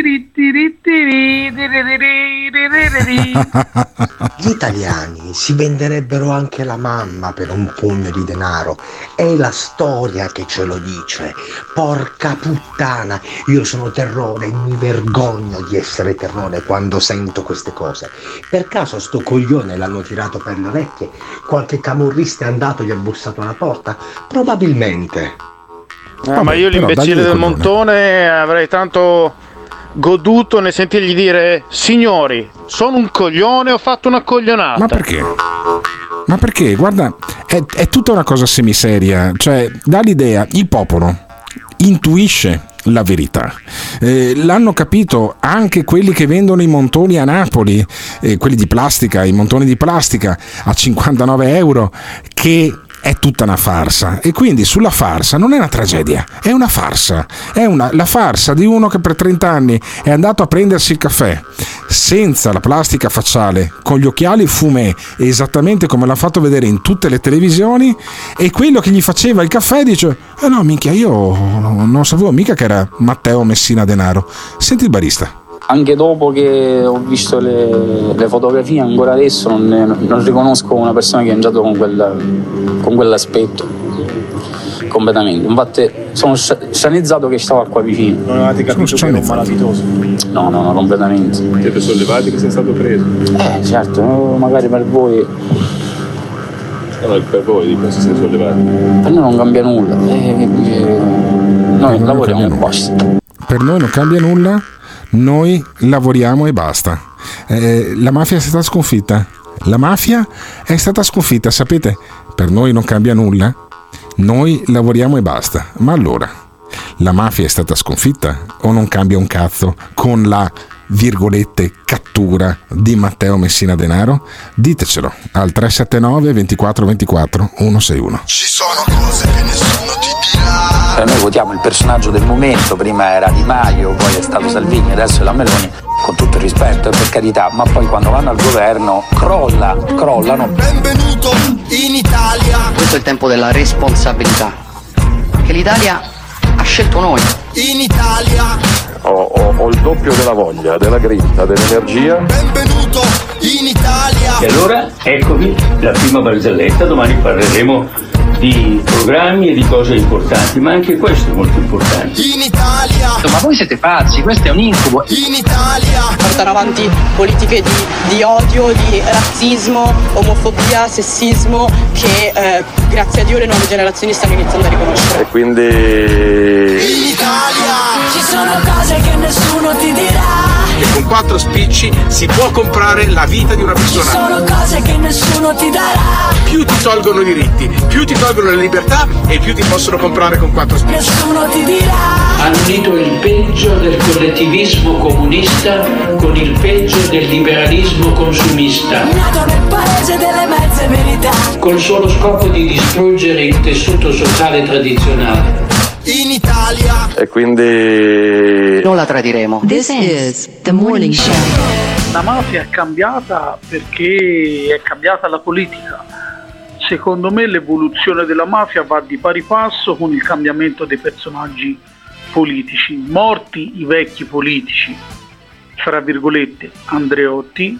Gli italiani si venderebbero anche la mamma per un pugno di denaro. È la storia che ce lo dice. Porca puttana, io sono Terrore e mi vergogno di essere Terrore quando sento queste cose. Per caso sto coglione l'hanno tirato per le orecchie? Qualche camorrista è andato e gli ha bussato alla porta? Probabilmente. Vabbè, ma io l'imbecille del montone avrei tanto goduto nel sentirgli dire: signori, sono un coglione, ho fatto una coglionata. Ma perché? Ma perché? Guarda, è tutta una cosa semiseria. Cioè, dà l'idea, il popolo intuisce la verità. L'hanno capito anche quelli che vendono i montoni a Napoli, quelli di plastica, i montoni di plastica a 59 euro, che è tutta una farsa. E quindi sulla farsa non è una tragedia, è una farsa. È la farsa di uno che per 30 anni è andato a prendersi il caffè senza la plastica facciale, con gli occhiali fumé, esattamente come l'ha fatto vedere in tutte le televisioni, e quello che gli faceva il caffè dice: no minchia, io non sapevo mica che era Matteo Messina Denaro. Senti il barista. Anche dopo che ho visto le fotografie, ancora adesso non riconosco una persona che è entrato con quell'aspetto completamente. Infatti sono scianizzato che stava qua vicino. Non avevate capito che era un malavitoso? No, completamente. Siete sollevati che sei stato preso? Certo, magari per voi. Per voi dico se siete sollevati. Per noi non cambia nulla. Noi lavoriamo e basta. Per noi non cambia nulla. Noi lavoriamo e basta. La mafia è stata sconfitta. La mafia è stata sconfitta, sapete? Per noi non cambia nulla. Noi lavoriamo e basta. Ma allora, la mafia è stata sconfitta o non cambia un cazzo con la virgolette cattura di Matteo Messina Denaro? Ditecelo al 379 24 24 161. Ci sono cose che nessuno Noi votiamo il personaggio del momento, prima era Di Maio, poi è stato Salvini, adesso è la Meloni, con tutto il rispetto e per carità, ma poi quando vanno al governo crollano. Benvenuto in Italia. Questo è il tempo della responsabilità, che l'Italia ha scelto noi. In Italia. Ho il doppio della voglia, della grinta, dell'energia. Benvenuto in Italia. E allora eccovi la prima barzelletta, domani parleremo di programmi e di cose importanti, ma anche questo è molto importante. In Italia. Ma voi siete pazzi, questo è un incubo. In Italia. Portare avanti politiche di odio, di razzismo, omofobia, sessismo che grazie a Dio le nuove generazioni stanno iniziando a riconoscere. E quindi in Italia ci sono cose che nessuno ti dirà. E con 4 spicci si può comprare la vita di una persona. Ci sono cose che nessuno ti darà. Più ti tolgono i diritti, più ti tolgono le libertà e più ti possono comprare con 4 spicci. Nessuno ti dirà. Hanno unito il peggio del collettivismo comunista con il peggio del liberalismo consumista. Nato nel paese delle mezze verità. Col solo scopo di distruggere il tessuto sociale tradizionale. In Italia. E quindi non la tradiremo. This is the morning show. La mafia è cambiata perché è cambiata la politica. Secondo me l'evoluzione della mafia va di pari passo con il cambiamento dei personaggi politici. Morti i vecchi politici, fra virgolette, Andreotti,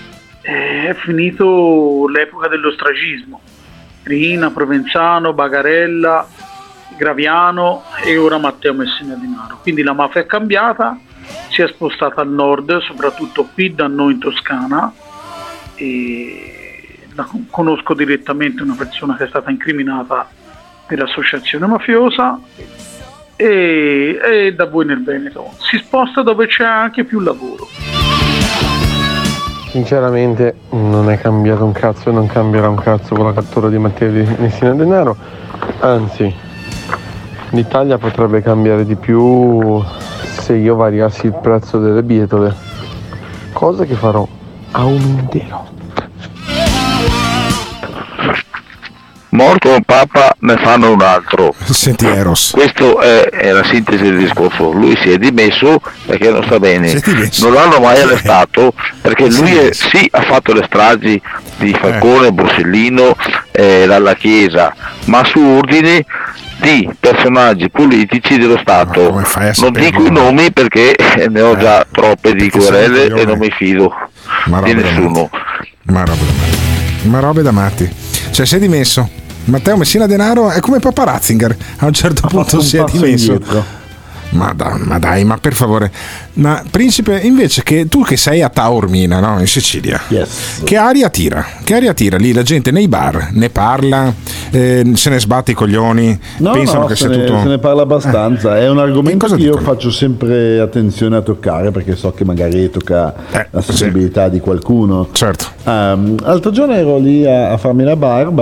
è finito l'epoca dello stragismo. Rina, Provenzano, Bagarella, Graviano e ora Matteo Messina Denaro. Quindi la mafia è cambiata, si è spostata al nord, soprattutto qui da noi in Toscana, e conosco direttamente una persona che è stata incriminata per associazione mafiosa e da voi nel Veneto si sposta dove c'è anche più lavoro. Sinceramente non è cambiato un cazzo e non cambierà un cazzo con la cattura di Matteo Messina Denaro, anzi l'Italia potrebbe cambiare di più se io variassi il prezzo delle bietole, cosa che farò a un intero. morto un papa ne fanno un altro. Senti Eros, questo è la sintesi del discorso. Lui si è dimesso perché non sta bene, non l'hanno mai arrestato perché lui sì ha fatto le stragi di Falcone, Borsellino, dalla Chiesa, ma su ordine di personaggi politici dello Stato. Non dico i nomi perché ne ho già troppe di querele e non mi fido di nessuno. Ma robe da matti. Cioè si è dimesso Matteo Messina Denaro, è come Papa Ratzinger, a un certo punto si è dimesso. Ma dai, ma per favore. Ma Principe, invece, che tu che sei a Taormina, no? In Sicilia, che aria tira? Che aria tira lì? La gente nei bar ne parla, se ne sbatte i coglioni, pensano che sia tutto. Se ne parla abbastanza. È un argomento che io faccio sempre attenzione a toccare perché so che magari tocca la sensibilità di qualcuno. Certo. L'altro giorno ero lì a farmi la barba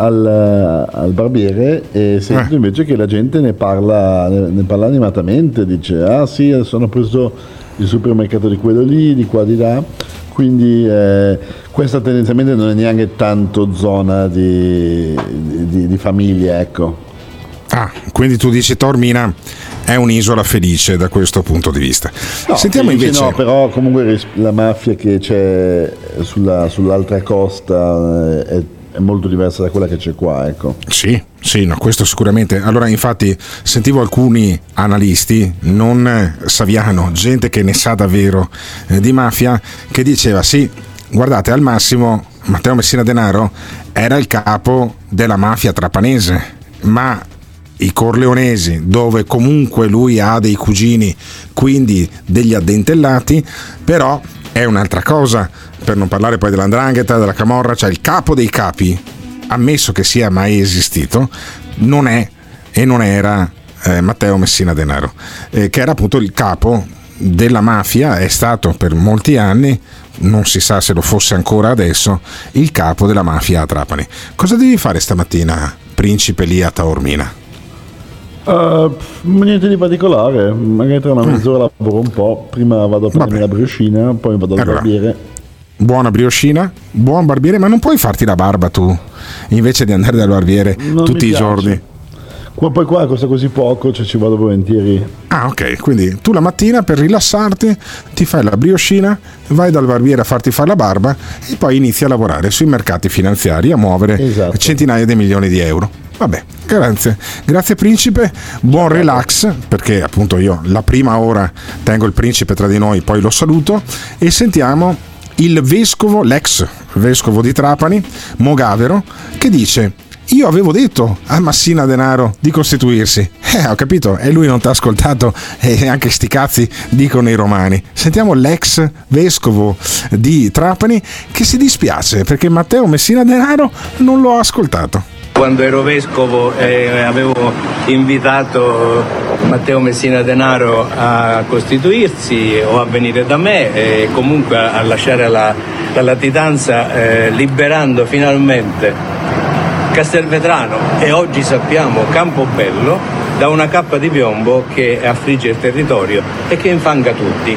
al barbiere e sento invece che la gente ne parla animatamente, dice ah sì, adesso hanno preso il supermercato di quello lì, di qua di là, quindi questa tendenzialmente non è neanche tanto zona di famiglia, ecco. Ah, quindi tu dici Taormina è un'isola felice da questo punto di vista. No, sentiamo invece. No, però comunque la mafia che c'è sull'altra costa è molto diversa da quella che c'è qua, ecco. Sì, no, questo sicuramente. Allora, infatti, sentivo alcuni analisti, non Saviano, gente che ne sa davvero di mafia, che diceva sì, guardate, al massimo Matteo Messina Denaro era il capo della mafia trapanese, ma i corleonesi, dove comunque lui ha dei cugini, quindi degli addentellati, però è un'altra cosa, per non parlare poi dell''ndrangheta, della camorra, cioè il capo dei capi, ammesso che sia mai esistito, non è e non era Matteo Messina Denaro, che era appunto il capo della mafia, è stato per molti anni, non si sa se lo fosse ancora adesso, il capo della mafia a Trapani. Cosa devi fare stamattina, Principe, lì a Taormina? Niente di particolare, magari tra una mezz'ora lavoro un po', prima vado a prendere la brioscina, poi vado al barbiere. Buona brioscina, buon barbiere, ma non puoi farti la barba tu invece di andare dal barbiere tutti i giorni? Poi qua costa così poco, cioè ci vado volentieri. Ah, ok, quindi tu la mattina per rilassarti ti fai la brioscina, vai dal barbiere a farti fare la barba e poi inizi a lavorare sui mercati finanziari, a muovere centinaia di milioni di euro. Vabbè, grazie principe, buon relax, perché appunto io la prima ora tengo il principe tra di noi, poi lo saluto e sentiamo il vescovo, l'ex vescovo di Trapani, Mogavero, che dice: io avevo detto a Massina Denaro di costituirsi. Ho capito, e lui non ti ha ascoltato, e anche sti cazzi dicono i romani. Sentiamo l'ex vescovo di Trapani che si dispiace perché Matteo Messina Denaro non lo ha ascoltato. Quando ero vescovo avevo invitato Matteo Messina Denaro a costituirsi o a venire da me e comunque a lasciare la latitanza, liberando finalmente Castelvetrano e oggi sappiamo Campobello da una cappa di piombo che affligge il territorio e che infanga tutti.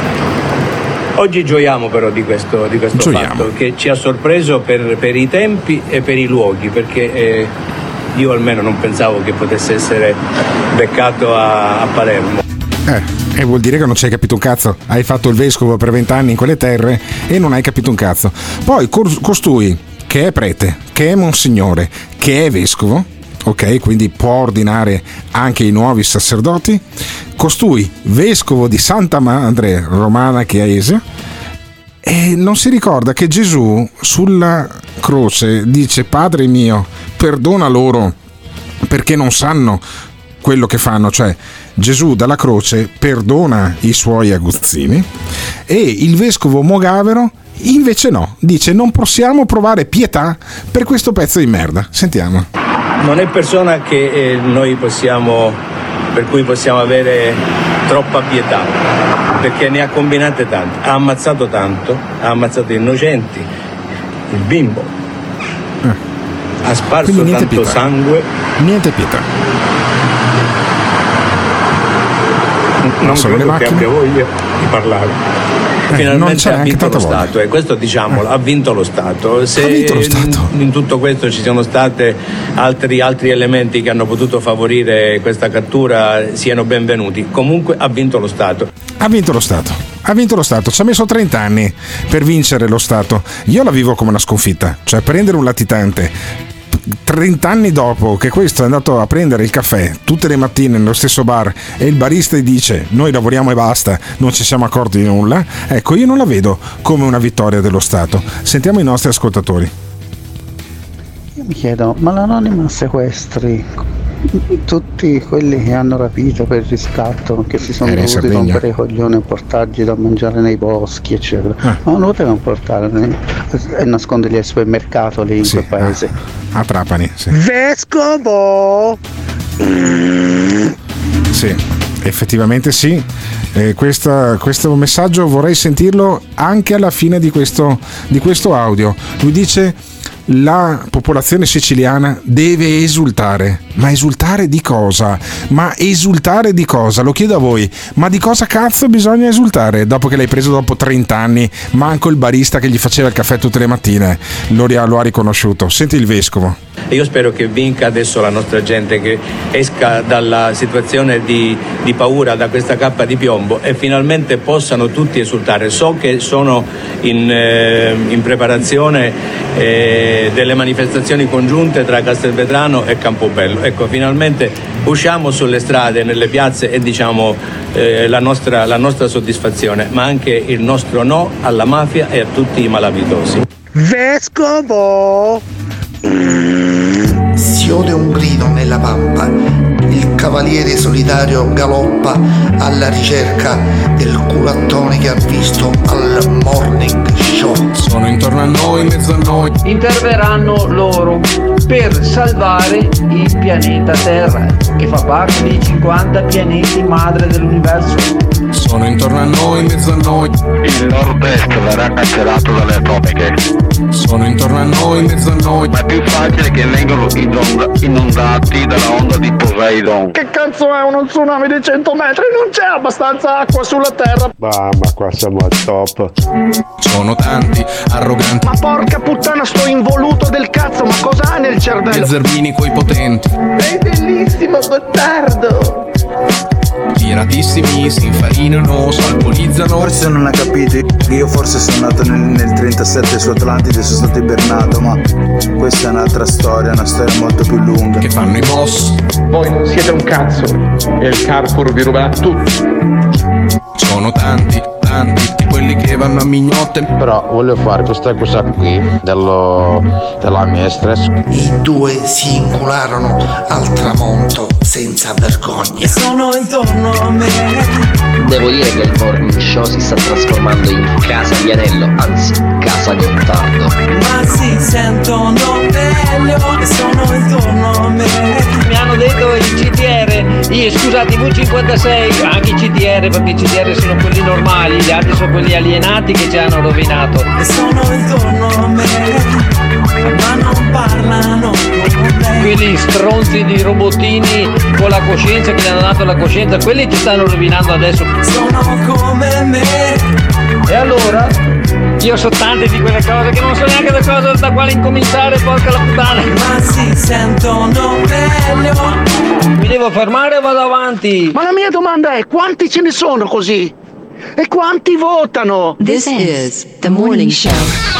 Oggi gioiamo però di questo fatto che ci ha sorpreso per i tempi e per i luoghi, perché io almeno non pensavo che potesse essere beccato a Palermo. E vuol dire che non ci hai capito un cazzo. Hai fatto il vescovo per 20 anni in quelle terre e non hai capito un cazzo. Poi costui che è prete, che è monsignore, che è vescovo, ok, quindi può ordinare anche i nuovi sacerdoti, costui vescovo di Santa Madre Romana Chiesa, e non si ricorda che Gesù sulla croce dice: Padre mio, perdona loro perché non sanno quello che fanno. Cioè Gesù dalla croce perdona i suoi aguzzini, e il vescovo Mogavero invece no, dice: non possiamo provare pietà per questo pezzo di merda. Sentiamo. Non è persona che per cui possiamo avere troppa pietà, perché ne ha combinate tante, ha ammazzato tanto, ha ammazzato innocenti, il bimbo, ha sparso tanto pietà. Sangue. Niente pietà. Non credo che abbia voglia di parlare. Finalmente ha vinto lo Stato, e questo diciamolo, ha vinto lo Stato. Se in tutto questo ci sono state altri elementi che hanno potuto favorire questa cattura, siano benvenuti. Comunque ha vinto lo Stato. Ha vinto lo Stato, ci ha messo 30 anni per vincere lo Stato. Io la vivo come una sconfitta, cioè prendere un latitante 30 anni dopo che questo è andato a prendere il caffè tutte le mattine nello stesso bar e il barista gli dice: noi lavoriamo e basta, non ci siamo accorti di nulla. Ecco, io non la vedo come una vittoria dello Stato. Sentiamo i nostri ascoltatori. Io mi chiedo, ma l'anonima sequestri tutti quelli che hanno rapito per riscatto, che si sono dovuti rompere i coglioni e portargli da mangiare nei boschi eccetera, ma non lo potevano portare e nasconderli al supermercato lì in quel paese a Trapani, sì. Vescovo! Sì, effettivamente sì. Questo messaggio vorrei sentirlo anche alla fine di questo audio. Lui dice: la popolazione siciliana deve esultare. Ma esultare di cosa? Lo chiedo a voi. Ma di cosa cazzo bisogna esultare dopo che l'hai preso dopo 30 anni? Manco il barista che gli faceva il caffè tutte le mattine lo ha riconosciuto. Senti il vescovo. E io spero che vinca adesso la nostra gente, che esca dalla situazione di paura, da questa cappa di piombo, e finalmente possano tutti esultare. So che sono in preparazione delle manifestazioni congiunte tra Castelvetrano e Campobello. Ecco, finalmente usciamo sulle strade, nelle piazze e diciamo la nostra soddisfazione, ma anche il nostro no alla mafia e a tutti i malavitosi. Vescovo! Si ode un grido nella pampa, il cavaliere solitario galoppa alla ricerca del culattone che ha visto al morning show. Sono intorno a noi, in mezzo a noi. Interverranno loro per salvare il pianeta Terra, che fa parte dei 50 pianeti madre dell'universo. Sono intorno a noi, in mezzo a noi. Il nord-est verrà cancellato dalle atomiche. Sono intorno a noi, in mezzo a noi. Ma è più facile che vengano inondati dalla onda di Poseidon. Che cazzo è uno tsunami di 100 metri? Non c'è abbastanza acqua sulla terra. Ma qua siamo al top. Sono tanti, arroganti. Ma porca puttana, sto involuto del cazzo, ma cosa ha nel cervello? Gli zerbini coi potenti. È bellissimo, Gottardo. Tiratissimi, si infarinano, salponizzano. Forse non ha capito, io forse sono nato nel 37 su Atlantide, sono stato ibernato, ma questa è un'altra storia, una storia molto più lunga. Che fanno i boss. Voi non siete un cazzo e il Carrefour vi ruberà tutto. Sono tanti, di quelli che vanno a mignotte. Però voglio fare questa cosa qui della mia stress. I due si incularono al tramonto senza vergogna. Sono intorno a me. Devo dire che il Morning Show si sta trasformando in casa Vianello, anzi casa Gottardo. Ma si sentono meglio e sono intorno a me. Mi hanno detto il CTR, scusate, i V56, anche i CTR, perché i CTR sono quelli normali, gli altri sono quelli alienati che ci hanno rovinato. E sono intorno a me, ma non parlano con me. Quelli stronzi di robottini con la coscienza, che gli hanno dato la coscienza, quelli ci stanno rovinando adesso. Sono come me. E allora? Io so tante di quelle cose che non so neanche da quale incominciare, porca la puttana. Ma si sentono meglio. Mi devo fermare o vado avanti? Ma la mia domanda è: quanti ce ne sono così? E quanti votano? This is the morning show.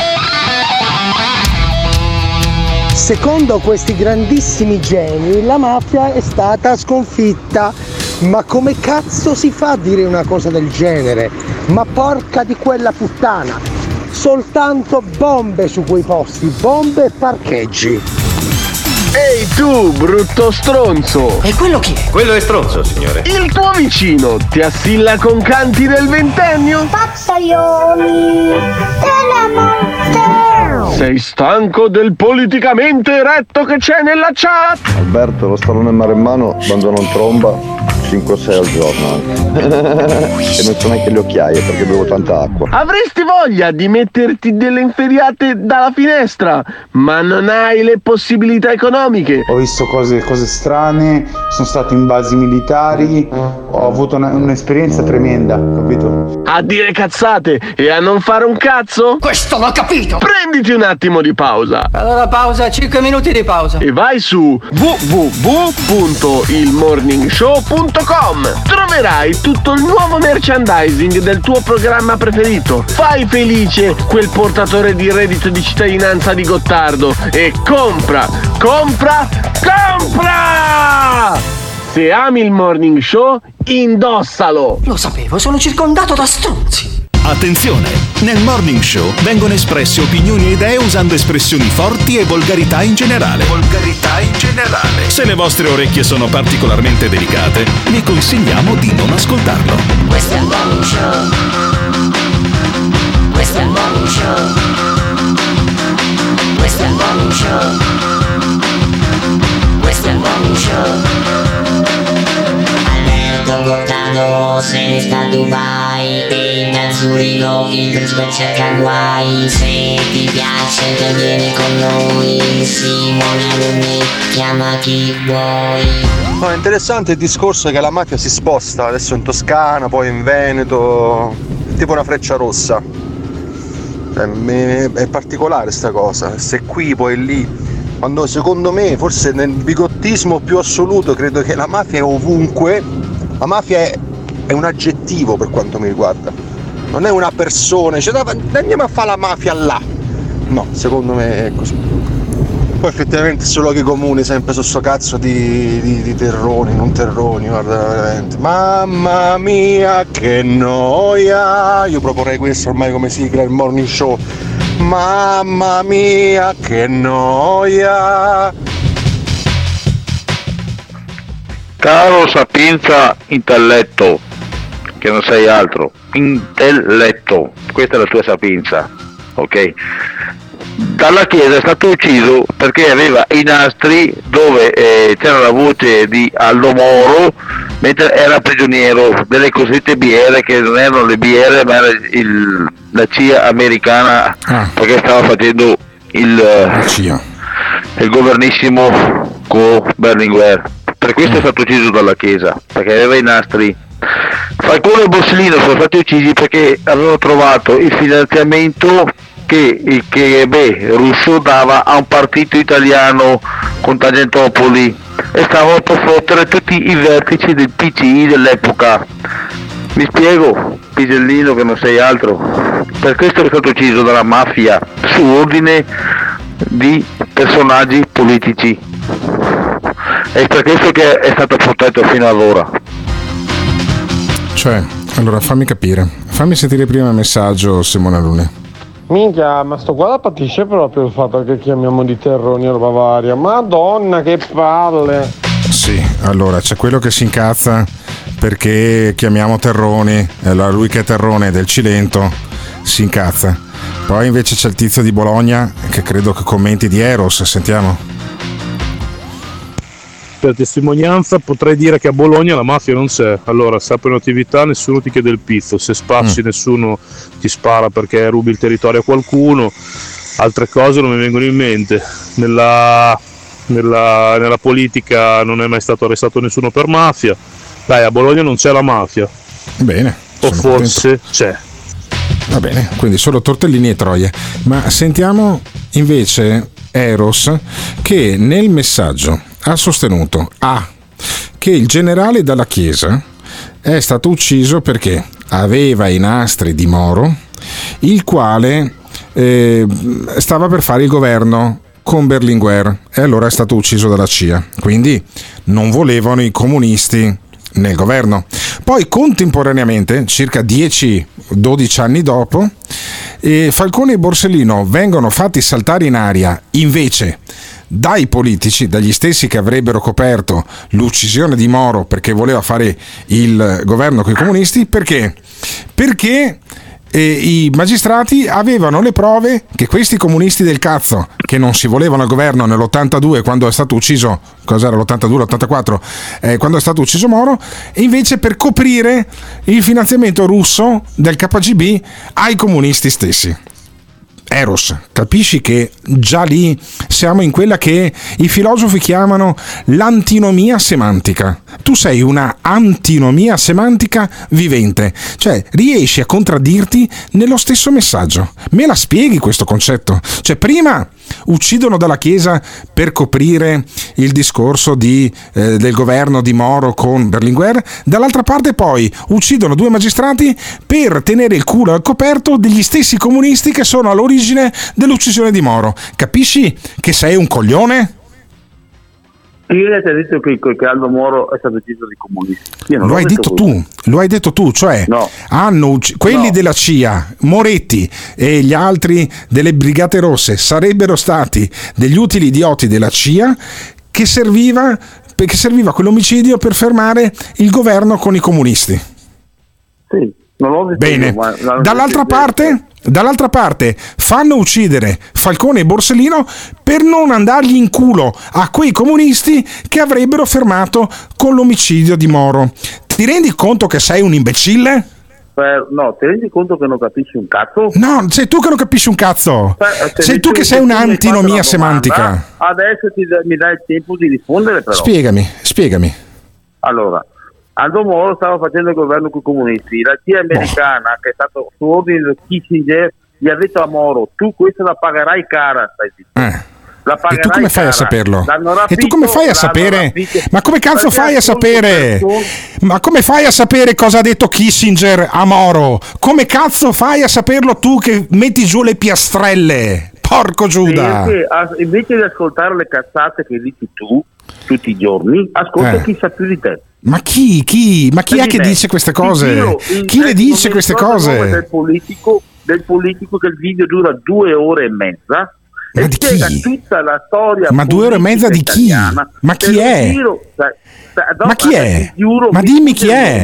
Secondo questi grandissimi geni, la mafia è stata sconfitta. Ma come cazzo si fa a dire una cosa del genere? Ma porca di quella puttana! Soltanto bombe su quei posti, bombe e parcheggi. Ehi tu, brutto stronzo! E quello chi è? Quello è stronzo, signore. Il tuo vicino ti assilla con canti del ventennio? Pazzaioli della morte. Sei stanco del politicamente eretto che c'è nella chat? Alberto, lo stallone maremmano quando non tromba 5-6 al giorno e non so neanche le occhiaie perché bevo tanta acqua. Avresti voglia di metterti delle inferiate dalla finestra, ma non hai le possibilità economiche. Ho visto cose strane, sono stato in basi militari, ho avuto un'esperienza tremenda, capito? A dire cazzate e a non fare un cazzo? Questo l'ho capito! Prenditi un attimo di pausa. Allora pausa, 5 minuti di pausa. E vai su www.ilmorningshow.com. Troverai tutto il nuovo merchandising del tuo programma preferito. Fai felice quel portatore di reddito di cittadinanza di Gottardo e compra! Se ami il Morning Show, indossalo! Lo sapevo, sono circondato da stronzi. Attenzione! Nel Morning Show vengono espresse opinioni e idee usando espressioni forti e volgarità in generale. Se le vostre orecchie sono particolarmente delicate, vi consigliamo di non ascoltarlo. Questo è il Morning Show. Questo è il Morning Show. Questo è il Morning Show. Questo è il Morning Show. Alberto Gottardo se ne sta a Dubai e da Zurigo il principe cerca guai. Se ti piace te vieni con noi, Simone Alunni chiama chi vuoi. No, è interessante il discorso che la mafia si sposta adesso in Toscana, poi in Veneto, tipo una freccia rossa. È particolare sta cosa, se qui poi lì. Quando secondo me, forse nel bigottismo più assoluto, credo che la mafia è ovunque. La mafia è un aggettivo per quanto mi riguarda, non è una persona, dice andiamo a fare la mafia là. No, secondo me è così. Poi effettivamente sui luoghi comuni sempre su sto cazzo di terroni, non terroni, guarda veramente. Mamma mia che noia! Io proporrei questo ormai come sigla il Morning Show. Mamma mia che noia! Caro Sapienza intelletto, che non sei altro, intelletto, questa è la tua sapienza, ok? Dalla Chiesa è stato ucciso perché aveva i nastri dove c'era la voce di Aldo Moro mentre era prigioniero delle cosiddette biere, che non erano le biere ma era la CIA americana, perché stava facendo il governissimo con Berlinguer. per questo è stato ucciso dalla Chiesa, perché aveva i nastri. Falcone e Borsellino sono stati uccisi perché avevano trovato il finanziamento che il KGB russo dava a un partito italiano con Tangentopoli e stavano per fottere tutti i vertici del PCI dell'epoca. Mi spiego, Pisellino, che non sei altro. Per questo è stato ucciso dalla mafia su ordine di personaggi politici, è per questo che è stato protetto fino ad ora. Cioè, allora fammi capire, fammi sentire prima il messaggio, Simone Luni. Minchia, ma sto qua patisce proprio il fatto che chiamiamo di terroni o roba varia. Madonna, che palle! Sì, allora c'è quello che si incazza perché chiamiamo terroni, e allora lui che è terrone del Cilento si incazza. Poi invece c'è il tizio di Bologna che credo che commenti di Eros, sentiamo. Per testimonianza potrei dire che a Bologna la mafia non c'è. Allora, se apri un'attività nessuno ti chiede il pizzo, se spacci nessuno ti spara perché rubi il territorio a qualcuno, altre cose non mi vengono in mente. Nella politica non è mai stato arrestato nessuno per mafia. Dai, a Bologna non c'è la mafia. Bene. O forse c'è. Va bene, quindi solo tortellini e troie. Ma sentiamo invece Eros che nel messaggio ha sostenuto che il generale Dalla Chiesa è stato ucciso perché aveva i nastri di Moro, il quale stava per fare il governo con Berlinguer e allora è stato ucciso dalla CIA, quindi non volevano i comunisti nel governo. Poi contemporaneamente, circa 10-12 anni dopo, Falcone e Borsellino vengono fatti saltare in aria invece dai politici, dagli stessi che avrebbero coperto l'uccisione di Moro perché voleva fare il governo con i comunisti. Perché? Perché i magistrati avevano le prove che questi comunisti del cazzo, che non si volevano al governo nell'82 quando è stato ucciso, cos'era l'82, l'84, quando è stato ucciso Moro, e invece per coprire il finanziamento russo del KGB ai comunisti stessi. Eros, capisci che già lì siamo in quella che i filosofi chiamano l'antinomia semantica. Tu sei una antinomia semantica vivente, cioè riesci a contraddirti nello stesso messaggio. Me la spieghi questo concetto? Cioè prima uccidono Dalla Chiesa per coprire il discorso del governo di Moro con Berlinguer, dall'altra parte poi uccidono due magistrati per tenere il culo al coperto degli stessi comunisti che sono all'origine dell'uccisione di Moro. Capisci che sei un coglione? Chi ti ha detto che Aldo Moro è stato ucciso dai comunisti? Lo hai detto tu, cioè no. Quelli della CIA, Moretti e gli altri delle Brigate Rosse sarebbero stati degli utili idioti della CIA che serviva quell'omicidio per fermare il governo con i comunisti. Sì, non l'ho detto. Bene, io, dall'altra parte fanno uccidere Falcone e Borsellino per non andargli in culo a quei comunisti che avrebbero fermato con l'omicidio di Moro. Ti rendi conto che sei un imbecille? No, ti rendi conto che non capisci un cazzo? No, sei tu che non capisci un cazzo. Sei tu che sei un'antinomia semantica. Adesso mi dai il tempo di rispondere, però. Spiegami. Allora, Aldo Moro stava facendo il governo con i comunisti, la CIA americana, che è stato su ordine di Kissinger, gli ha detto a Moro: tu questa la pagherai cara, stai zitto. E tu come fai a saperlo? E tu come fai a sapere? Ma come cazzo fai a sapere? Ma come fai a sapere cosa ha detto Kissinger a Moro? Come cazzo fai a saperlo tu che metti giù le piastrelle? Porco Giuda! Invece di ascoltare le cazzate che dici tu tutti i giorni, ascolta chi sa più di te. Ma chi? Ma chi è che dice queste cose? Chi le dice queste cose? Del politico che il video dura 2 ore e mezza. Ma di spiega chi? Tutta la storia. Ma 2 ore e mezza di chi? Ma chi è? Ma chi è? Ma dimmi chi è?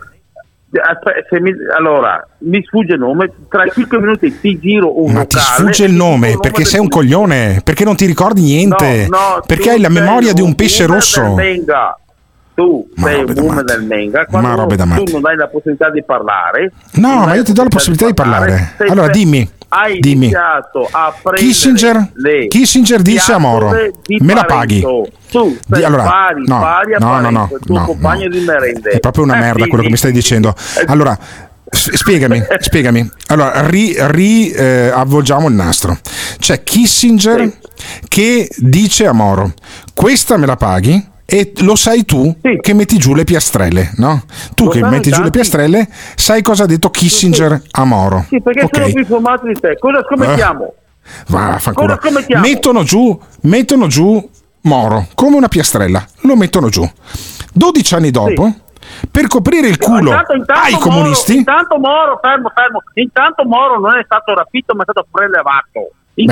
Allora, mi sfugge il nome. Tra 5 minuti ti giro un Ma vocale. ti sfugge il nome perché sei un coglione, perché non ti ricordi niente, perché hai la memoria di un pesce rosso. tu sei un uomo del Menga, quando tu non hai la possibilità di parlare. No, ma io ti do la possibilità di parlare. Allora dimmi. Hai dimmi. iniziato a prendere Kissinger dice a Moro, me la paghi. Tu sei pari a tuo compagno di merende. È proprio una merda quello che mi stai dicendo. Allora, spiegami. Allora, avvolgiamo il nastro. C'è Kissinger che dice a Moro, questa me la paghi? E lo sai tu che metti giù le piastrelle, no? Tu che metti giù le piastrelle, sai cosa ha detto Kissinger a Moro? Sì, perché sono più informato di te. Cosa scommettiamo? Vaffanculo. Mettono giù Moro come una piastrella, lo mettono giù. 12 anni dopo, per coprire il culo ai comunisti. Intanto Moro, fermo. Intanto Moro non è stato rapito, ma è stato prelevato.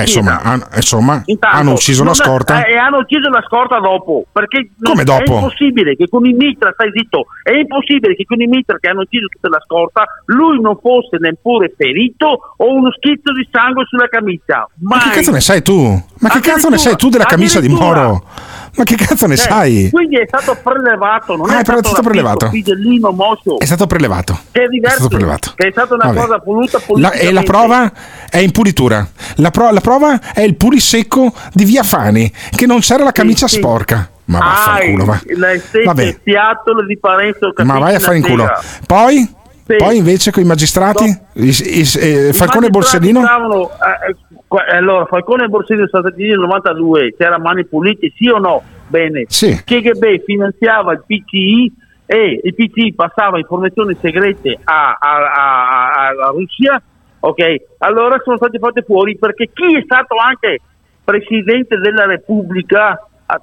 Hanno ucciso la scorta. E hanno ucciso la scorta dopo. Perché come dopo? È impossibile che con i mitra, stai zitto, è impossibile che con i mitra che hanno ucciso tutta la scorta lui non fosse neppure ferito o uno schizzo di sangue sulla camicia. Ma che cazzo ne sai tu? Ma che cazzo ne sai tu della camicia di Moro? Ma che cazzo ne sai? Quindi è stato prelevato, non è stato prelevato. Fidellino Moscio. È stato prelevato. Che è diverso. Che è stata una cosa voluta e la prova è in pulitura. La prova è il pulisecco di Via Fani, che non c'era la camicia sporca. Ma vaffanculo, va. Vabbè. Di Parenzo, ma vai a fare in culo. Poi invece con i magistrati, Falcone e Borsellino. Allora, Falcone e Borsellino sono stati nel 92, c'era Mani Pulite, sì o no? Bene. Sì. KGB finanziava il PCI e il PCI passava informazioni segrete alla Russia, ok? Allora sono stati fatti fuori perché chi è stato anche Presidente della Repubblica,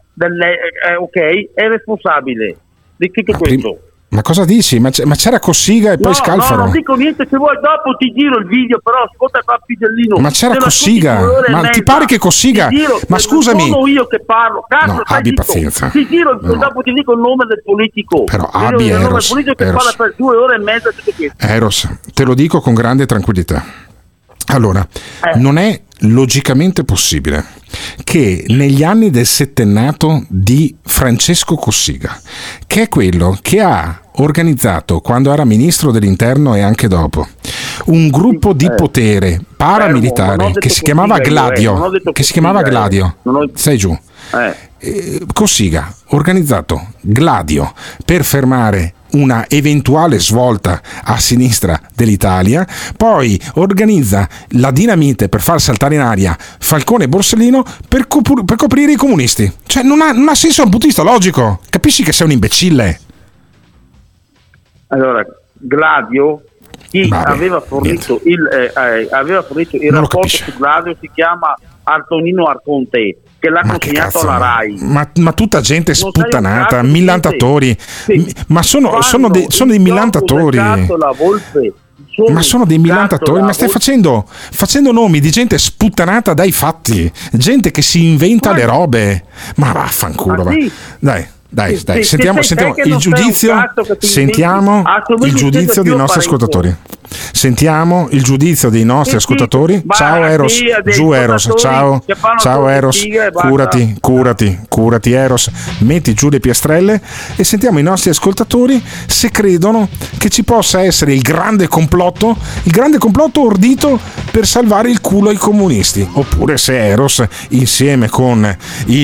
è responsabile di tutto questo. Ma cosa dici? Ma c'era Cossiga e poi Scalfaro. No, non dico niente, se vuoi dopo ti giro il video, però ascolta qua Fidellino. Ma c'era Cossiga? Ma ti pare che Cossiga? Ma scusami. Sono io che parlo. Cazzo, no, abbi pazienza. Ti giro, dopo ti dico il nome del politico. Però abbi Eros. Il nome del politico che parla per 2 ore e mezza tutto questo. Eros, te lo dico con grande tranquillità. Allora, non è logicamente possibile che negli anni del settennato di Francesco Cossiga, che è quello che ha organizzato quando era ministro dell'interno e anche dopo un gruppo di potere paramilitare che si chiamava Gladio, stai giù. Cossiga ha organizzato Gladio per fermare una eventuale svolta a sinistra dell'Italia, poi organizza la dinamite per far saltare in aria Falcone e Borsellino per coprire i comunisti. Cioè non ha senso dal punto di vista logico. Capisci che sei un imbecille? Allora, Gladio, aveva fornito il rapporto su Gladio si chiama Antonino Arconte, che l'ha consegnato alla RAI. Ma tutta gente sputtanata, millantatori. Ma sono dei millantatori. Ma sono dei millantatori. Ma stai facendo nomi di gente sputtanata dai fatti, gente che si inventa le robe. Ma vaffanculo, va. Dai, sentiamo il giudizio. Sentiamo il giudizio dei nostri ascoltatori. Sentiamo il giudizio dei nostri ascoltatori. Ciao Eros, giù Eros, ciao Eros, curati Eros, metti giù le piastrelle e sentiamo i nostri ascoltatori se credono che ci possa essere il grande complotto ordito per salvare il culo ai comunisti, oppure se Eros insieme con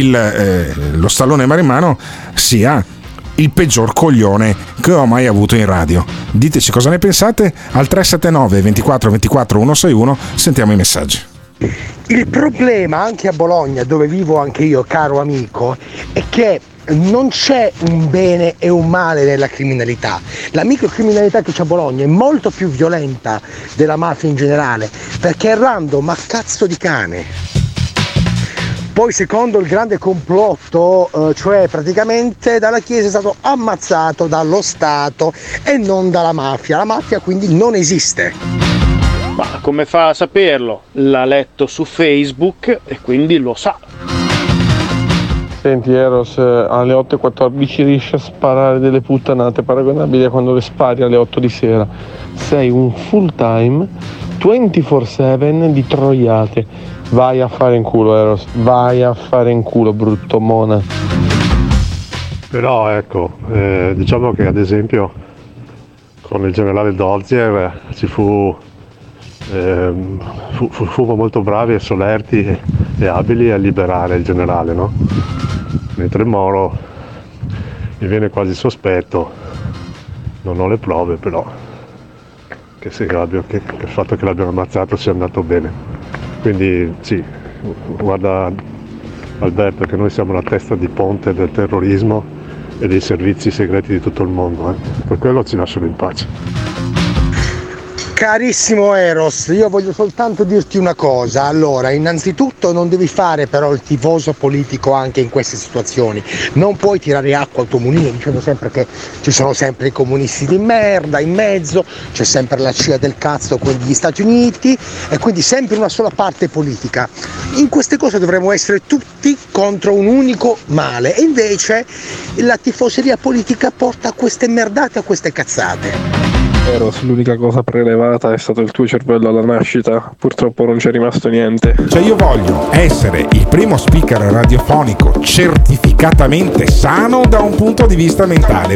lo stallone marimano sia il peggior coglione che ho mai avuto in radio. Diteci cosa ne pensate al 379 24 24 161. Sentiamo i messaggi. Il problema anche a Bologna, dove vivo anche io, caro amico, è che non c'è un bene e un male nella criminalità. La microcriminalità che c'è a Bologna è molto più violenta della mafia in generale, perché è random, a cazzo di cane. Poi secondo il grande complotto, cioè praticamente dalla Chiesa è stato ammazzato dallo Stato e non dalla mafia. La mafia quindi non esiste. Ma come fa a saperlo? L'ha letto su Facebook e quindi lo sa. Senti Eros, alle 8:14 riesci a sparare delle puttanate paragonabili a quando le spari alle 8 di sera. Sei un full time 24/7 di troiate. Vai a fare in culo Eros, vai a fare in culo, brutto mona. Però ecco, diciamo che ad esempio con il generale Dozier fumo molto bravi e solerti e abili a liberare il generale, no? Mentre Moro mi viene quasi sospetto, non ho le prove però, che il fatto che l'abbiano ammazzato sia andato bene. Quindi sì, guarda Alberto, che noi siamo la testa di ponte del terrorismo e dei servizi segreti di tutto il mondo, per quello ci lasciano in pace. Carissimo Eros, io voglio soltanto dirti una cosa. Allora, innanzitutto non devi fare però il tifoso politico anche in queste situazioni. Non puoi tirare acqua al tuo mulino dicendo sempre che ci sono sempre i comunisti di merda in mezzo, c'è sempre la CIA del cazzo con gli Stati Uniti e quindi sempre una sola parte politica. In queste cose dovremmo essere tutti contro un unico male e invece la tifoseria politica porta a queste merdate, a queste cazzate. Eros, l'unica cosa prelevata è stato il tuo cervello alla nascita, purtroppo non c'è rimasto niente. Cioè io voglio essere il primo speaker radiofonico certificatamente sano da un punto di vista mentale.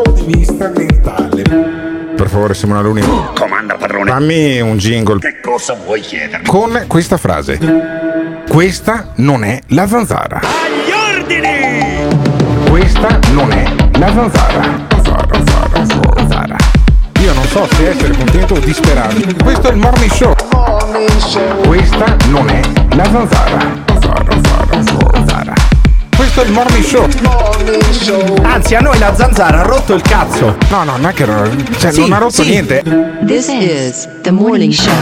Per favore Simona Luni, comanda padrone, fammi un jingle. Che cosa vuoi chiedermi? Con questa frase: questa non è la zanzara. Agli ordini! Questa non è la zanzara. Zanzara. Io non so se essere contento o disperato. Questo è il Morning Show. Questa non è la zanzara. Zanzara. Questo è il Morning Show. Anzi, a noi la zanzara ha rotto il cazzo. No, non è che non ha rotto niente. This is the Morning Show.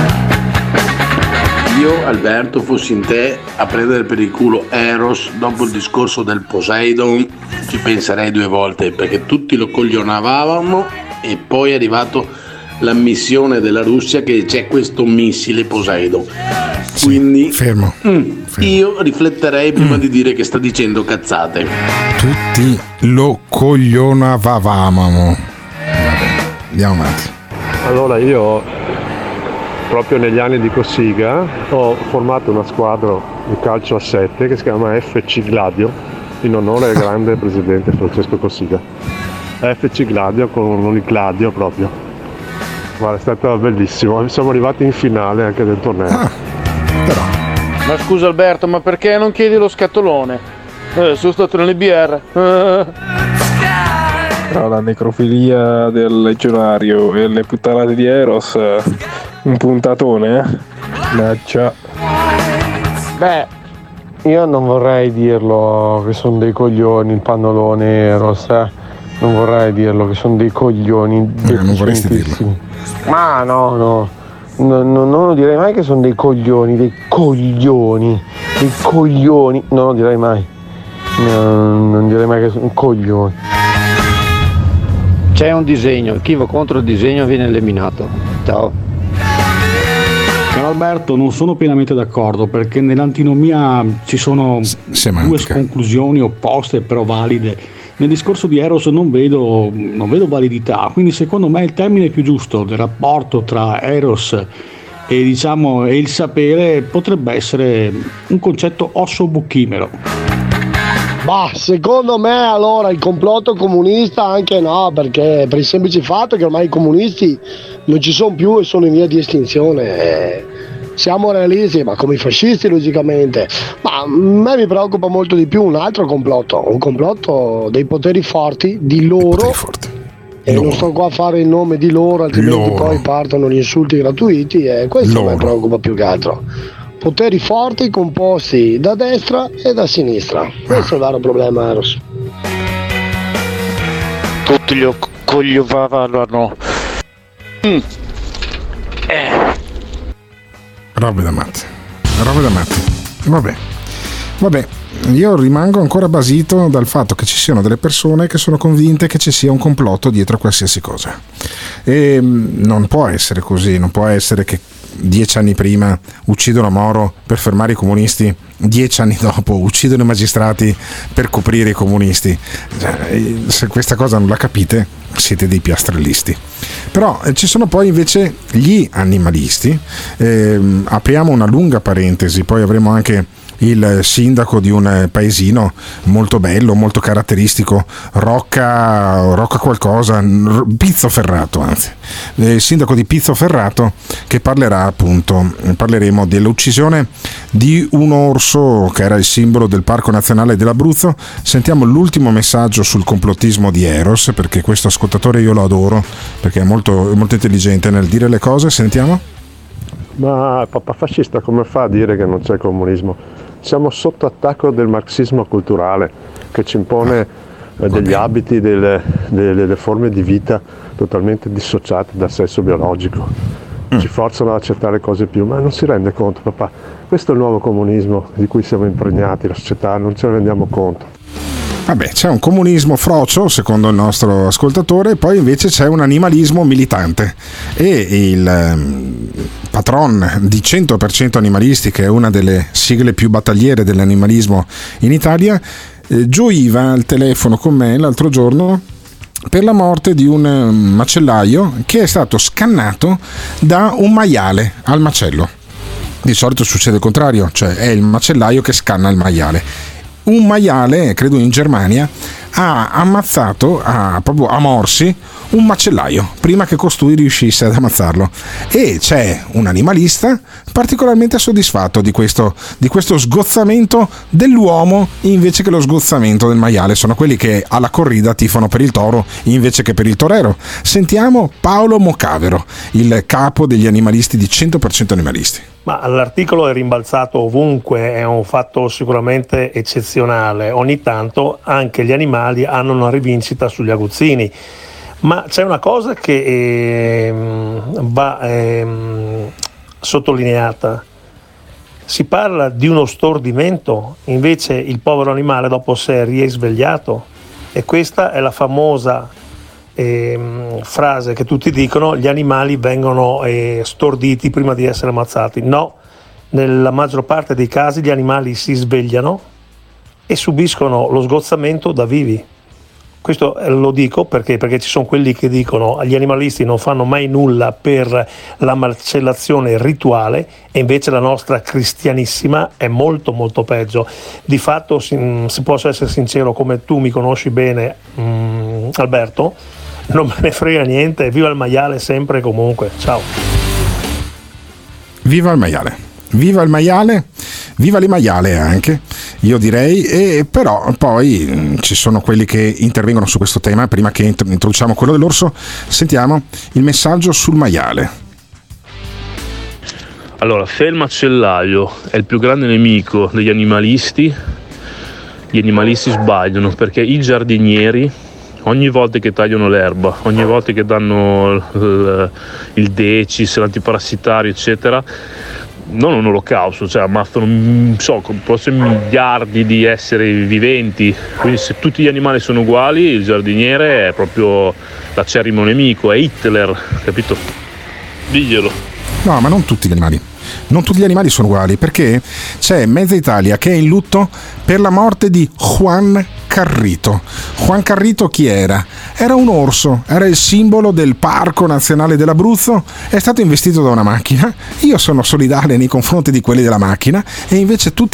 Io, Alberto, fossi in te a prendere per il culo Eros dopo il discorso del Poseidon, ci penserei due volte, perché tutti lo coglionavamo e poi è arrivato l'ammissione della Russia che c'è questo missile Poseidon. Quindi fermo. Io rifletterei prima di dire che sta dicendo cazzate. Tutti lo coglionavamo. Vabbè, andiamo avanti. Allora io proprio negli anni di Cossiga ho formato una squadra di calcio a 7 che si chiama FC Gladio, in onore al grande presidente Francesco Cossiga. FC Gladio con il Gladio proprio. Guarda, è stato bellissimo, siamo arrivati in finale anche del torneo. Ma scusa Alberto, ma perché non chiedi lo scatolone? Sono stato nelle BR. Tra la necrofilia del legionario e le puttanate di Eros, un puntatone, Naccia. Beh, io non vorrei dirlo che sono dei coglioni il pannolone Eros, non vorrei dirlo che sono dei coglioni. Non vorresti dirlo. Ma no, non lo direi mai che sono dei coglioni, non lo direi mai. Non direi mai che sono coglioni. C'è un disegno, chi va contro il disegno viene eliminato. Ciao. Caro Alberto, non sono pienamente d'accordo perché nell'antinomia ci sono due conclusioni opposte però valide. Nel discorso di Eros non vedo validità, quindi secondo me il termine più giusto del rapporto tra Eros e il sapere potrebbe essere un concetto osso-buchimero. Bah, secondo me allora il complotto comunista anche no, perché per il semplice fatto che ormai i comunisti non ci sono più e sono in via di estinzione. Siamo realisti, ma come i fascisti logicamente. Ma a me mi preoccupa molto di più un altro complotto, un complotto dei poteri forti, di loro. E non sto qua a fare il nome di loro, altrimenti poi partono gli insulti gratuiti e questo mi preoccupa più che altro. Poteri forti composti da destra e da sinistra. Questo è il vero problema, Eros. Tutti gli coglionavano. Robe da matti. Vabbè, io rimango ancora basito dal fatto che ci siano delle persone che sono convinte che ci sia un complotto dietro a qualsiasi cosa. E non può essere così, non può essere che 10 anni prima uccidono Moro per fermare i comunisti, 10 anni dopo uccidono i magistrati per coprire i comunisti. Se questa cosa non la capite, siete dei piastrellisti. Però ci sono poi invece gli animalisti. Apriamo una lunga parentesi, poi avremo anche il sindaco di un paesino molto bello, molto caratteristico, Rocca qualcosa, Pizzoferrato, anzi, il sindaco di Pizzoferrato, che parleremo dell'uccisione di un orso che era il simbolo del Parco Nazionale dell'Abruzzo. Sentiamo l'ultimo messaggio sul complottismo di Eros, perché questo ascoltatore io lo adoro, perché è molto, molto intelligente nel dire le cose. Sentiamo. Ma papà fascista come fa a dire che non c'è comunismo? Siamo sotto attacco del marxismo culturale che ci impone degli abiti, delle forme di vita totalmente dissociate dal sesso biologico. Ci forzano ad accettare cose più, ma non si rende conto, papà. Questo è il nuovo comunismo di cui siamo impregnati, la società, non ce ne rendiamo conto. Vabbè, c'è un comunismo frocio, secondo il nostro ascoltatore, poi invece c'è un animalismo militante, e il patron di 100% Animalisti, che è una delle sigle più battagliere dell'animalismo in Italia, gioiva al telefono con me l'altro giorno per la morte di un macellaio che è stato scannato da un maiale al macello. Di solito succede il contrario, cioè è il macellaio che scanna il maiale. Un maiale, credo in Germania, ha ammazzato proprio a morsi un macellaio prima che costui riuscisse ad ammazzarlo, e c'è un animalista particolarmente soddisfatto di questo sgozzamento dell'uomo invece che lo sgozzamento del maiale. Sono quelli che alla corrida tifano per il toro invece che per il torero. Sentiamo Paolo Mocavero, il capo degli animalisti di 100% Animalisti. Ma l'articolo è rimbalzato ovunque, è un fatto sicuramente eccezionale. Ogni tanto anche gli animali hanno una rivincita sugli aguzzini, ma c'è una cosa che va sottolineata. Si parla di uno stordimento, invece il povero animale dopo si è risvegliato, e questa è la famosa frase che tutti dicono: gli animali vengono storditi prima di essere ammazzati. No, nella maggior parte dei casi gli animali si svegliano e subiscono lo sgozzamento da vivi. Questo lo dico perché ci sono quelli che dicono gli animalisti non fanno mai nulla per la macellazione rituale, e invece la nostra cristianissima è molto molto peggio. Di fatto, se posso essere sincero, come tu mi conosci bene, Alberto, non me ne frega niente. Viva il maiale sempre e comunque. Ciao. Viva il maiale, viva il maiale, viva le maiale anche, io direi. E però poi ci sono quelli che intervengono su questo tema. Prima che introduciamo quello dell'orso, sentiamo il messaggio sul maiale. Allora, se il macellaio è il più grande nemico degli animalisti, gli animalisti sbagliano, perché i giardinieri ogni volta che tagliano l'erba, ogni volta che danno il decis, l'antiparassitario eccetera, non un olocausto, cioè ammazzano forse miliardi di esseri viventi. Quindi se tutti gli animali sono uguali, il giardiniere è proprio l'acerrimo nemico, è Hitler, capito? Diglielo. No, ma non tutti gli animali. Non tutti gli animali sono uguali, perché c'è mezza Italia che è in lutto per la morte di Juan Carrito. Juan Carrito chi era? Era un orso, era il simbolo del Parco Nazionale dell'Abruzzo, è stato investito da una macchina. Io sono solidale nei confronti di quelli della macchina, e invece tutti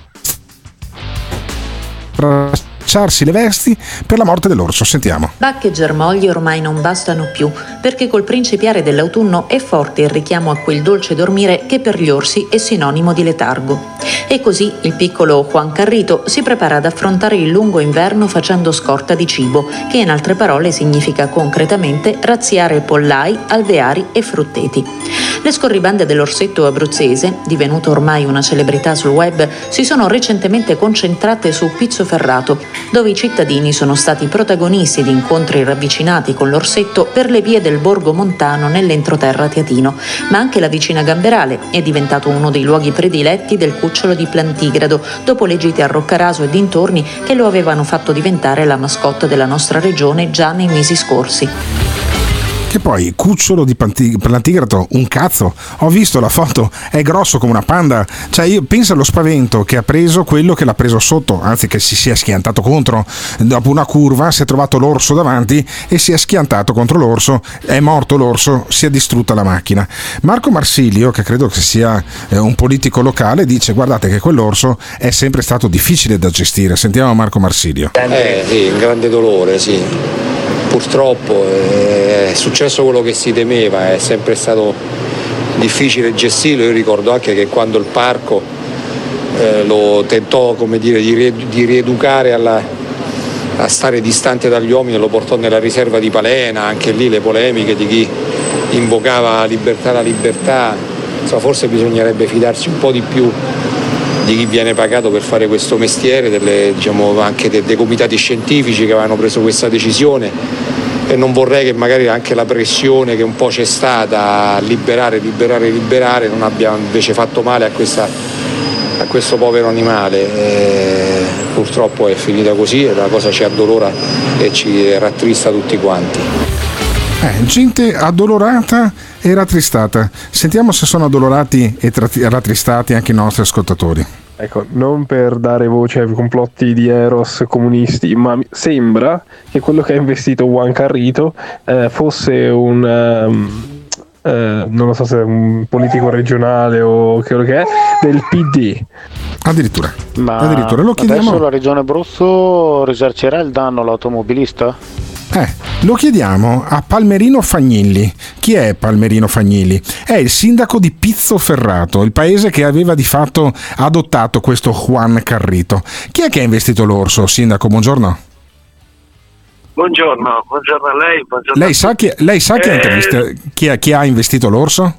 le vesti per la morte dell'orso. Sentiamo. Bacche e germogli ormai non bastano più, perché col principiare dell'autunno è forte il richiamo a quel dolce dormire che per gli orsi è sinonimo di letargo. E così il piccolo Juan Carrito si prepara ad affrontare il lungo inverno facendo scorta di cibo, che in altre parole significa concretamente razziare pollai, alveari e frutteti. Le scorribande dell'orsetto abruzzese, divenuto ormai una celebrità sul web, si sono recentemente concentrate su Pizzoferrato, dove i cittadini sono stati protagonisti di incontri ravvicinati con l'orsetto per le vie del borgo montano nell'entroterra teatino, ma anche la vicina Gamberale è diventato uno dei luoghi prediletti del cucciolo di Plantigrado, dopo le gite a Roccaraso e dintorni che lo avevano fatto diventare la mascotte della nostra regione già nei mesi scorsi. Che poi cucciolo di plantigrado, un cazzo. Ho visto la foto, è grosso come una panda. Cioè io penso allo spavento che ha preso quello che l'ha preso sotto, anzi che si sia schiantato contro. Dopo una curva si è trovato l'orso davanti e si è schiantato contro l'orso, è morto l'orso, si è distrutta la macchina. Marco Marsilio, che credo che sia un politico locale, dice: guardate che quell'orso è sempre stato difficile da gestire. Sentiamo Marco Marsilio. Sì, un grande dolore, sì. Purtroppo è successo quello che si temeva, è sempre stato difficile gestirlo. Io ricordo anche che quando il parco lo tentò, come dire, di rieducare a stare distante dagli uomini, lo portò nella riserva di Palena, anche lì le polemiche di chi invocava la libertà. Insomma, forse bisognerebbe fidarsi un po' di più di chi viene pagato per fare questo mestiere, anche dei comitati scientifici che avevano preso questa decisione, e non vorrei che magari anche la pressione che un po' c'è stata a liberare non abbia invece fatto male a questo povero animale. Purtroppo è finita così e la cosa ci addolora e ci rattrista tutti quanti. Gente addolorata e rattristata. Sentiamo se sono addolorati e rattristati anche i nostri ascoltatori. Ecco, non per dare voce ai complotti di Eros comunisti, ma sembra che quello che ha investito Juan Carrito fosse non lo so se è un politico regionale o quello che è, del PD. Addirittura lo chiediamo. Adesso la regione Abruzzo risarcirà il danno all'automobilista? Lo chiediamo a Palmerino Fagnilli. Chi è Palmerino Fagnilli? È il sindaco di Pizzoferrato, il paese che aveva di fatto adottato questo Juan Carrito. Chi è che ha investito l'orso, sindaco? Buongiorno. Buongiorno a lei. Buongiorno lei sa chi ha investito l'orso?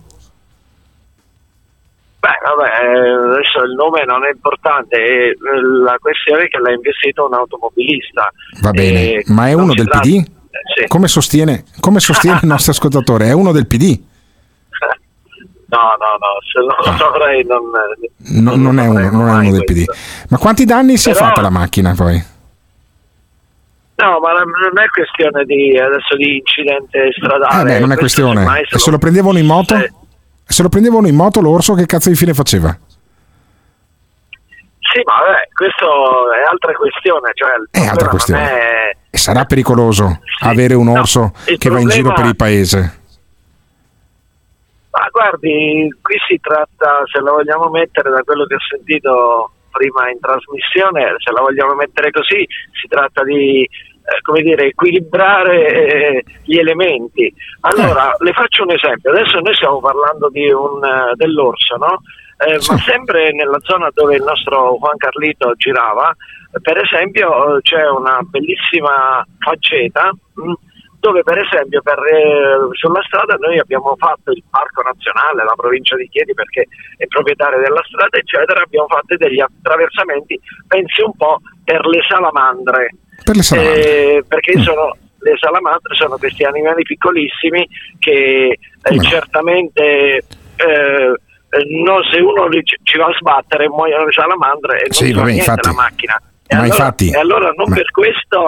Adesso il nome non è importante, la questione è che l'ha investito un automobilista. Va bene, ma è uno del PD? Sì. Come sostiene il nostro ascoltatore? È uno del PD? No, se non lo saprei non è uno del PD. Ma quanti danni si è fatta la macchina poi? No, ma non è questione di incidente stradale. Non è questione. E se lo prendevano in moto? Se lo prendevano in moto l'orso, che cazzo di fine faceva? Sì, ma questo è altra questione. È altra questione. E sarà pericoloso avere un orso che va in giro per il paese. Ma guardi, qui si tratta, se la vogliamo mettere da quello che ho sentito prima in trasmissione, se la vogliamo mettere così, si tratta di equilibrare gli elementi. Allora, le faccio un esempio. Adesso noi stiamo parlando dell'orso, no? Ma sempre nella zona dove il nostro Juan Carlito girava, per esempio, c'è una bellissima faggeta dove, per esempio, sulla strada noi abbiamo fatto il Parco Nazionale, la provincia di Chieti, perché è proprietaria della strada, eccetera. Abbiamo fatto degli attraversamenti, pensi un po', per le salamandre. Perché le salamandre sono questi animali piccolissimi che certamente se uno ci va a sbattere muoiono le salamandre e non fa niente la macchina. E allora per questo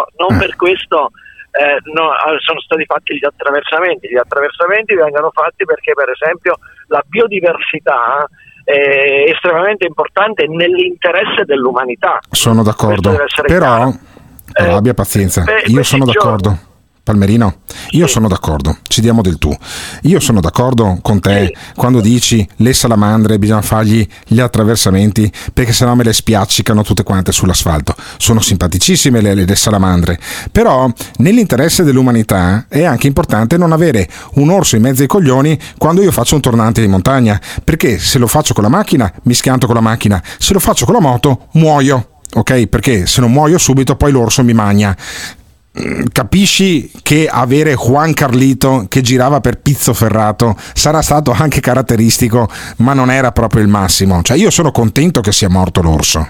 sono stati fatti gli attraversamenti. Gli attraversamenti vengono fatti perché, per esempio, la biodiversità è estremamente importante nell'interesse dell'umanità. Sono d'accordo, però abbia pazienza, io sono d'accordo. Palmerino, sono d'accordo, ci diamo del tu. Io sono d'accordo con te quando dici le salamandre bisogna fargli gli attraversamenti perché sennò me le spiaccicano tutte quante sull'asfalto. Sono simpaticissime le salamandre, però nell'interesse dell'umanità è anche importante non avere un orso in mezzo ai coglioni quando io faccio un tornante di montagna, perché se lo faccio con la macchina mi schianto con la macchina, se lo faccio con la moto muoio. Ok, perché se non muoio subito poi l'orso mi magna. Capisci che avere Juan Carlito che girava per Pizzoferrato sarà stato anche caratteristico, ma non era proprio il massimo. Cioè, io sono contento che sia morto l'orso.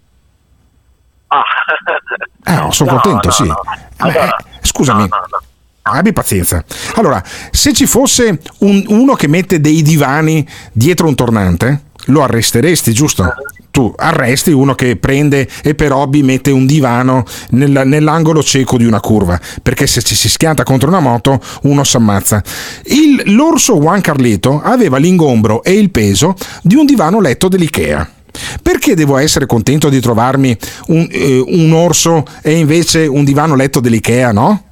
Sono contento, sì. Allora, scusami. Abbi pazienza. Allora, se ci fosse uno che mette dei divani dietro un tornante, lo arresteresti, giusto? tu arresti uno che prende e per hobby mette un divano nell'angolo cieco di una curva, perché se ci si schianta contro una moto uno si ammazza. L'orso Juan Carlito aveva l'ingombro e il peso di un divano letto dell'Ikea. Perché devo essere contento di trovarmi un orso e invece un divano letto dell'Ikea, no?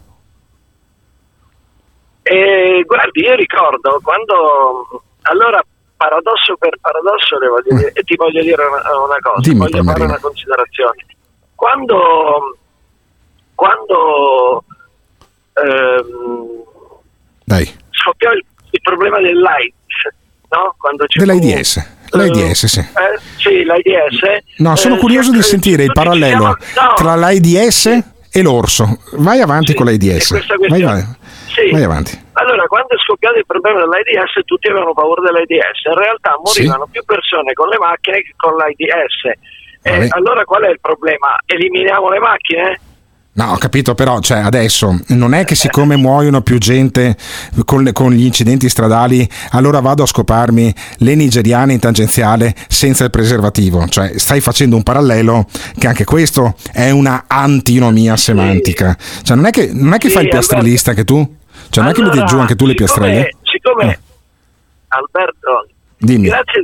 Guardi, io ricordo quando, allora, paradosso per paradosso, ti voglio dire una cosa. Dimmi, voglio fare una considerazione. Quando scoppiò il problema dell'AIDS, no? Quando dell'AIDS. L'AIDS, sì. Sì, l'AIDS. No, sono curioso di sentire il parallelo tra l'AIDS e l'orso. Vai avanti con l'AIDS. Vai avanti. Allora, quando è scoppiato il problema dell'AIDS, tutti avevano paura dell'AIDS. In realtà morivano più persone con le macchine che con l'AIDS. Allora qual è il problema? Eliminiamo le macchine? No, ho capito, però adesso non è che siccome muoiono più gente con gli incidenti stradali, allora vado a scoparmi le nigeriane in tangenziale senza il preservativo. Stai facendo un parallelo che anche questo è una antinomia semantica. Non è che fai il piastrellista anche tu? Non è che metti giù anche tu le piastrelle? Siccome Alberto, dimmi. Grazie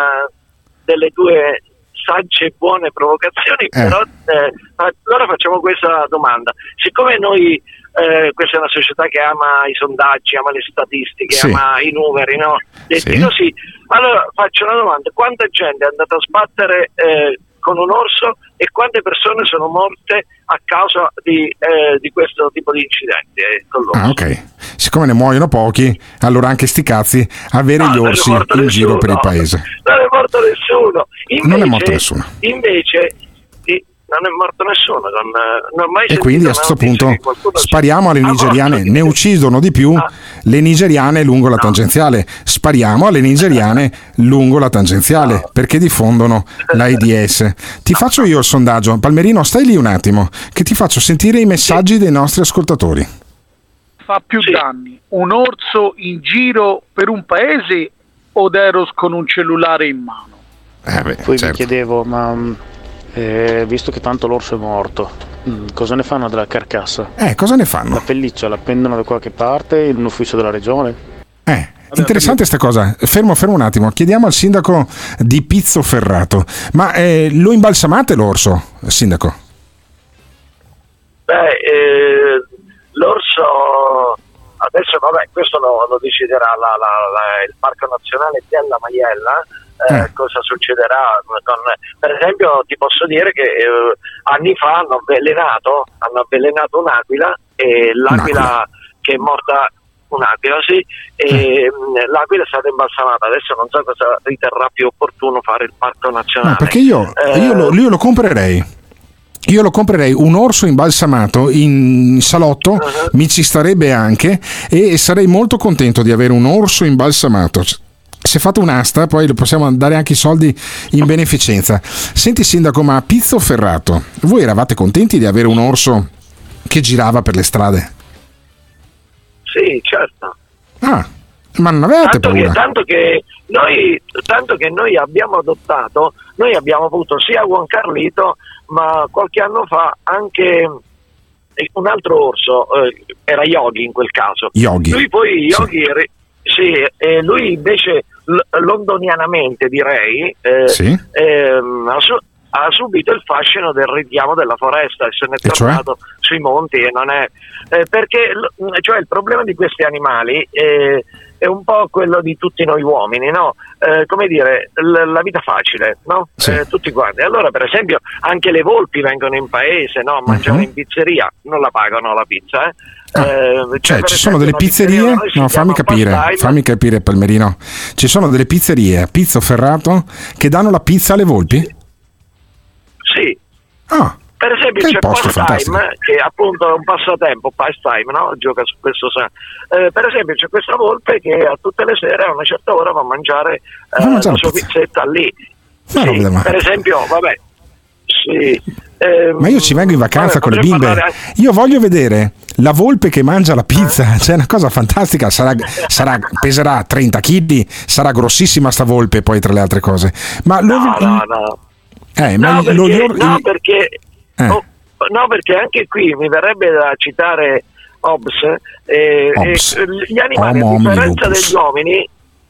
delle tue sagge e buone provocazioni, però allora facciamo questa domanda. Siccome noi questa è una società che ama i sondaggi, ama le statistiche, ama i numeri, no? Detti così, allora faccio una domanda: quanta gente è andata a sbattere con un orso e quante persone sono morte a causa di questo tipo di incidenti con l'orso? Ah, ok. Siccome ne muoiono pochi, allora anche sti cazzi avere gli orsi in giro per il paese. Non è morto nessuno. Non è morto nessuno. Invece non è morto nessuno. Non mai e quindi a questo punto spariamo alle nigeriane. Ne uccidono di più le nigeriane lungo la tangenziale. Spariamo alle nigeriane lungo la tangenziale perché diffondono l'AIDS. Ti faccio io il sondaggio. Palmerino, stai lì un attimo che ti faccio sentire i messaggi dei nostri ascoltatori. Fa più danni un orso in giro per un paese o Eros con un cellulare in mano? Poi mi chiedevo, ma visto che tanto l'orso è morto, cosa ne fanno della carcassa? Cosa ne fanno? La pelliccia la appendono da qualche parte in un ufficio della regione? Interessante sta cosa. Fermo un attimo. Chiediamo al sindaco di Pizzoferrato. Ma lo imbalsamate l'orso, sindaco? L'orso adesso questo lo deciderà il Parco Nazionale della Maiella. Cosa succederà per esempio ti posso dire che anni fa hanno avvelenato un'aquila e l'aquila che è morta, un'aquila e l'aquila è stata imbalsamata. Adesso non so cosa riterrà più opportuno fare il Parco Nazionale. No, perché io lo comprerei. Io lo comprerei un orso imbalsamato in salotto, mi ci starebbe anche e sarei molto contento di avere un orso imbalsamato. Se fate un'asta poi possiamo dare anche i soldi in beneficenza. Senti sindaco, ma a Pizzoferrato voi eravate contenti di avere un orso che girava per le strade? Sì, certo. Ma non avevate paura? Tanto che noi abbiamo avuto sia Juan Carlito, ma qualche anno fa anche un altro orso, era Yogi in quel caso. Lui poi lui invece londonianamente direi ha subito il fascino del richiamo della foresta e se ne è tornato sui monti e non è perché il problema di questi animali è un po' quello di tutti noi uomini, no? Come dire, la vita facile, no? Tutti quanti. Allora, per esempio, anche le volpi vengono in paese, no? Mangiano in pizzeria, non la pagano la pizza, ci sono delle pizzerie, no, fammi capire Palmerino, ci sono delle pizzerie a Pizzoferrato che danno la pizza alle volpi? Sì. Per esempio c'è Pastime, che appunto è un passatempo, Pastime, no? Gioca su questo. Per esempio c'è questa volpe che a tutte le sere a una certa ora va a mangiare la sua pizzetta lì. Per esempio, ma io ci vengo in vacanza con le bimbe, io voglio vedere la volpe che mangia la pizza, c'è una cosa fantastica, peserà 30 kg, sarà grossissima sta volpe poi tra le altre cose, ma no. Ma perché anche qui mi verrebbe da citare Hobbes. Gli animali, a differenza degli uomini,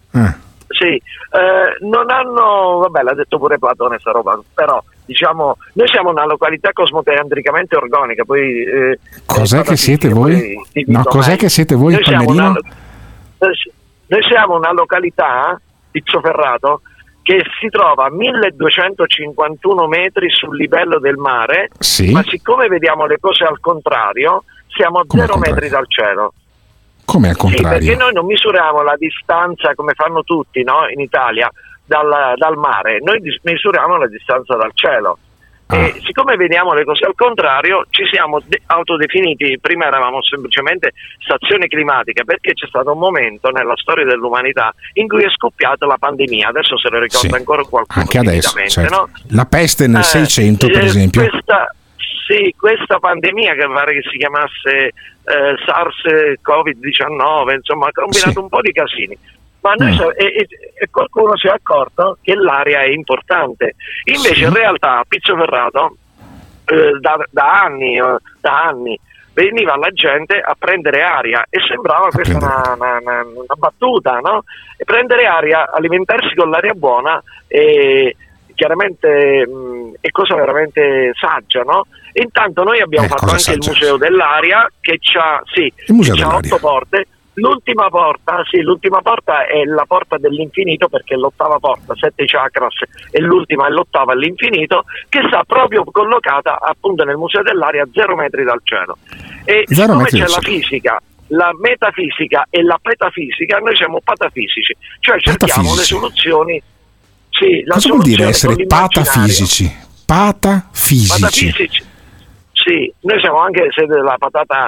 non hanno, vabbè, l'ha detto pure Platone sta roba, però diciamo noi siamo una località cosmoteandricamente organica, poi cos'è che siete voi? Cos'è che siete voi, Palmerino? Noi siamo una località, Pizzoferrato, che si trova a 1251 metri sul livello del mare, ma siccome vediamo le cose al contrario, siamo a 0 metri dal cielo. Come al contrario? Perché noi non misuriamo la distanza come fanno tutti, no? In Italia dal mare, noi misuriamo la distanza dal cielo. E siccome vediamo le cose al contrario, ci siamo autodefiniti, prima eravamo semplicemente stazione climatica, perché c'è stato un momento nella storia dell'umanità in cui è scoppiata la pandemia, adesso se lo ricorda ancora qualcuno. Anche adesso, certo. No? La peste nel 600 per esempio. Questa pandemia, che pare che si chiamasse SARS-CoV-19, insomma ha combinato un po' di casini. Ma noi e qualcuno si è accorto che l'aria è importante. Invece in realtà a Pizzoferrato da anni veniva la gente a prendere aria e sembrava questa una battuta, no? E prendere aria, alimentarsi con l'aria buona e chiaramente è cosa veramente saggia, no? E intanto noi abbiamo fatto anche il Museo dell'Aria che c'ha 8 porte. L'ultima porta è la porta dell'infinito, perché è l'ottava porta, 7 chakras, e l'ultima è l'ottava all'infinito, che sta proprio collocata appunto nel Museo dell'Aria a 0 metri dal cielo. E siccome c'è la fisica, la metafisica e la petafisica, noi siamo patafisici, cioè cerchiamo le soluzioni. Cosa vuol dire essere patafisici? Patafisici. Sì, noi siamo anche sede della patata,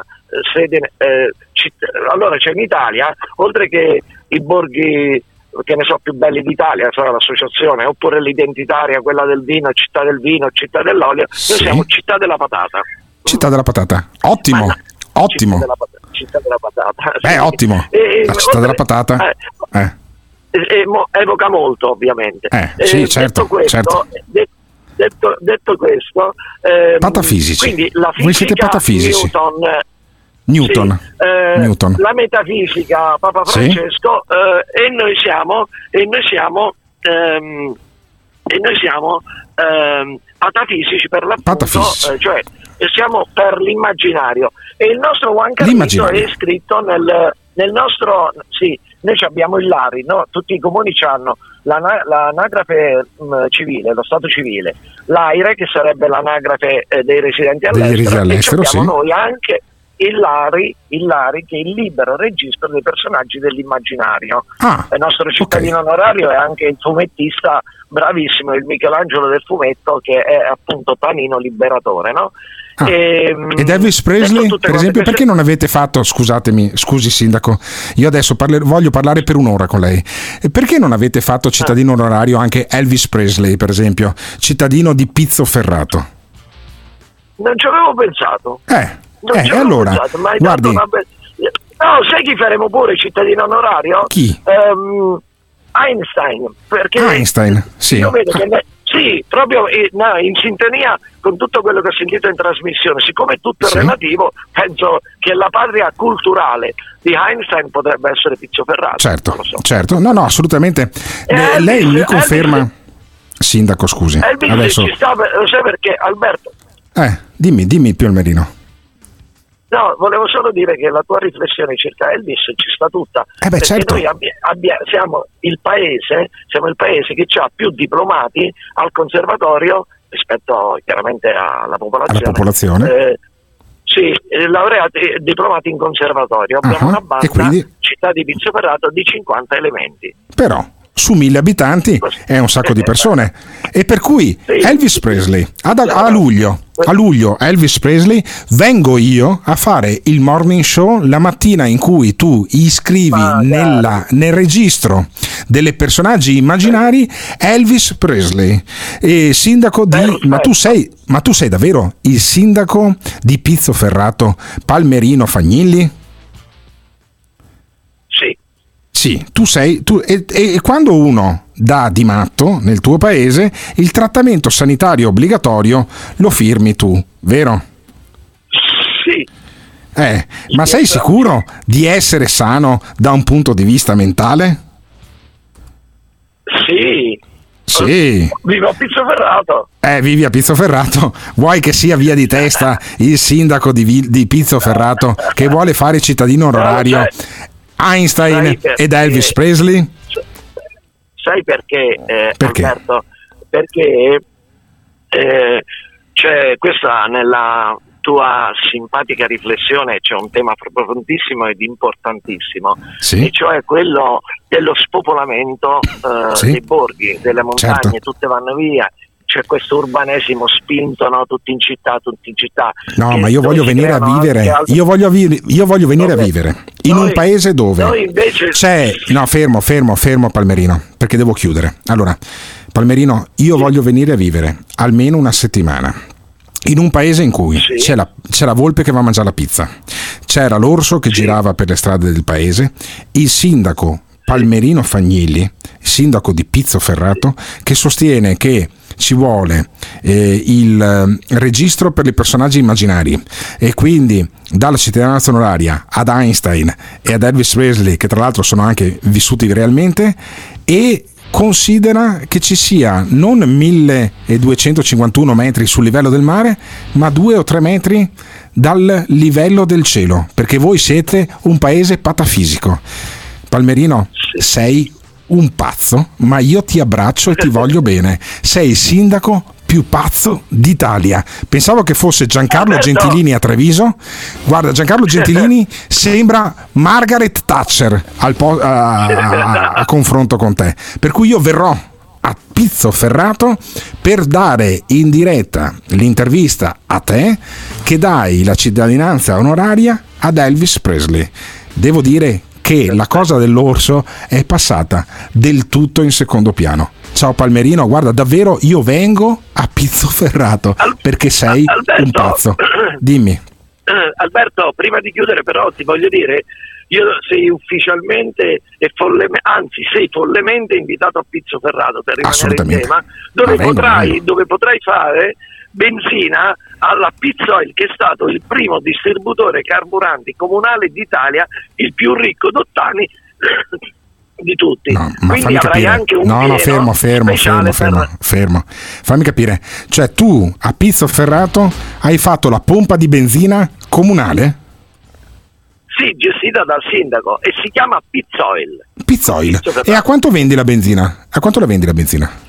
allora c'è in Italia, oltre che i borghi che ne so più belli d'Italia, sarà l'associazione, oppure l'identitaria, quella del vino, città del vino, città dell'olio, noi siamo città della patata. Città della patata, ottimo. Città della patata. Ottimo. La città della patata. Evoca molto, ovviamente. Certo. Detto questo, patafisici. Quindi la fisica, voi siete patafisici. Newton. La metafisica, Papa Francesco, e noi siamo patafisici per l'appunto, cioè siamo per l'immaginario, e il nostro Juan Carlito è scritto nel nostro, noi abbiamo il LARI, no? Tutti i comuni hanno l'anagrafe civile, lo stato civile, l'AIRE, che sarebbe l'anagrafe dei residenti all'estero, e abbiamo noi anche il LARI, che è il libero registro dei personaggi dell'immaginario. Il nostro cittadino onorario è anche il fumettista bravissimo, il Michelangelo del fumetto, che è appunto Tanino Liberatore, no? Ed Elvis Presley, per esempio, perché non avete fatto, scusi sindaco, io adesso voglio parlare per un'ora con lei, perché non avete fatto cittadino onorario anche Elvis Presley, per esempio, cittadino di Pizzoferrato? Non ci avevo pensato. Allora, guardi, no, sai chi faremo pure cittadino onorario? Chi? Einstein, perché sì. Io vedo che proprio in sintonia con tutto quello che ho sentito in trasmissione, siccome tutto è relativo, penso che la patria culturale di Einstein potrebbe essere Pizzoferrato. Certo, no, assolutamente. Lei mi conferma, sindaco, scusi. Elvis adesso ci sta, lo sai perché, Alberto? Dimmi Palmerino. No, volevo solo dire che la tua riflessione circa Elvis ci sta tutta, perché certo. Noi siamo il paese che ha più diplomati al conservatorio rispetto chiaramente alla popolazione. Laureati diplomati in conservatorio. Abbiamo una banda, quindi città di Pizzoferrato, di 50 elementi. Però su 1000 abitanti è un sacco di persone, e per cui Elvis Presley a luglio Elvis Presley, vengo io a fare il morning show la mattina in cui tu iscrivi nel registro delle personaggi immaginari Elvis Presley, e sindaco di ma tu sei davvero il sindaco di Pizzoferrato, Palmerino Fagnilli? Sì, tu sei e quando uno da Di Matto nel tuo paese, il trattamento sanitario obbligatorio lo firmi tu, vero? Sì. Ma sei sicuro di essere sano da un punto di vista mentale? Sì. Sì. Vivo a Pizzoferrato. Vivi a Pizzoferrato. Vuoi che sia via di testa il sindaco di Pizzoferrato che vuole fare cittadino onorario Einstein ed Elvis Presley? Sai perché, Perché? Alberto? Perché c'è questa nella tua simpatica riflessione c'è un tema profondissimo ed importantissimo, e cioè quello dello spopolamento dei borghi, delle montagne, tutte vanno via. C'è questo urbanesimo spinto, no? Tutti in città. No, ma io voglio venire a vivere. Io voglio venire a vivere in un paese dove c'è. No, fermo, Palmerino, perché devo chiudere. Allora, Palmerino, io voglio venire a vivere almeno una settimana in un paese in cui c'è la volpe che va a mangiare la pizza, c'era l'orso che girava per le strade del paese, il sindaco Palmerino Fagnilli, sindaco di Pizzoferrato, che sostiene che ci vuole il registro per i personaggi immaginari, e quindi dalla cittadinanza onoraria ad Einstein e ad Elvis Presley, che tra l'altro sono anche vissuti realmente, e considera che ci sia non 1251 metri sul livello del mare, ma 2 o 3 metri dal livello del cielo, perché voi siete un paese patafisico. Palmerino, sei un pazzo, ma io ti abbraccio e ti voglio bene. Sei il sindaco più pazzo d'Italia. Pensavo che fosse Giancarlo Gentilini a Treviso. Guarda, Giancarlo Gentilini sembra Margaret Thatcher a confronto con te. Per cui io verrò a Pizzoferrato per dare in diretta l'intervista a te che dai la cittadinanza onoraria ad Elvis Presley. Devo dire che la cosa dell'orso è passata del tutto in secondo piano. Ciao Palmerino, guarda, davvero io vengo a Pizzoferrato perché sei un pazzo. Dimmi. Alberto, prima di chiudere però ti voglio dire, sei ufficialmente sei follemente invitato a Pizzoferrato per rimanere in tema, dove potrai fare benzina alla Pizzoil, che è stato il primo distributore carburanti comunale d'Italia, il più ricco d'ottani di tutti. No, ma quindi avrai anche un fermo. Fammi capire, cioè tu a Pizzoferrato hai fatto la pompa di benzina comunale? Sì, gestita dal sindaco, e si chiama Pizzoil. E a quanto vendi la benzina? A quanto la vendi la benzina?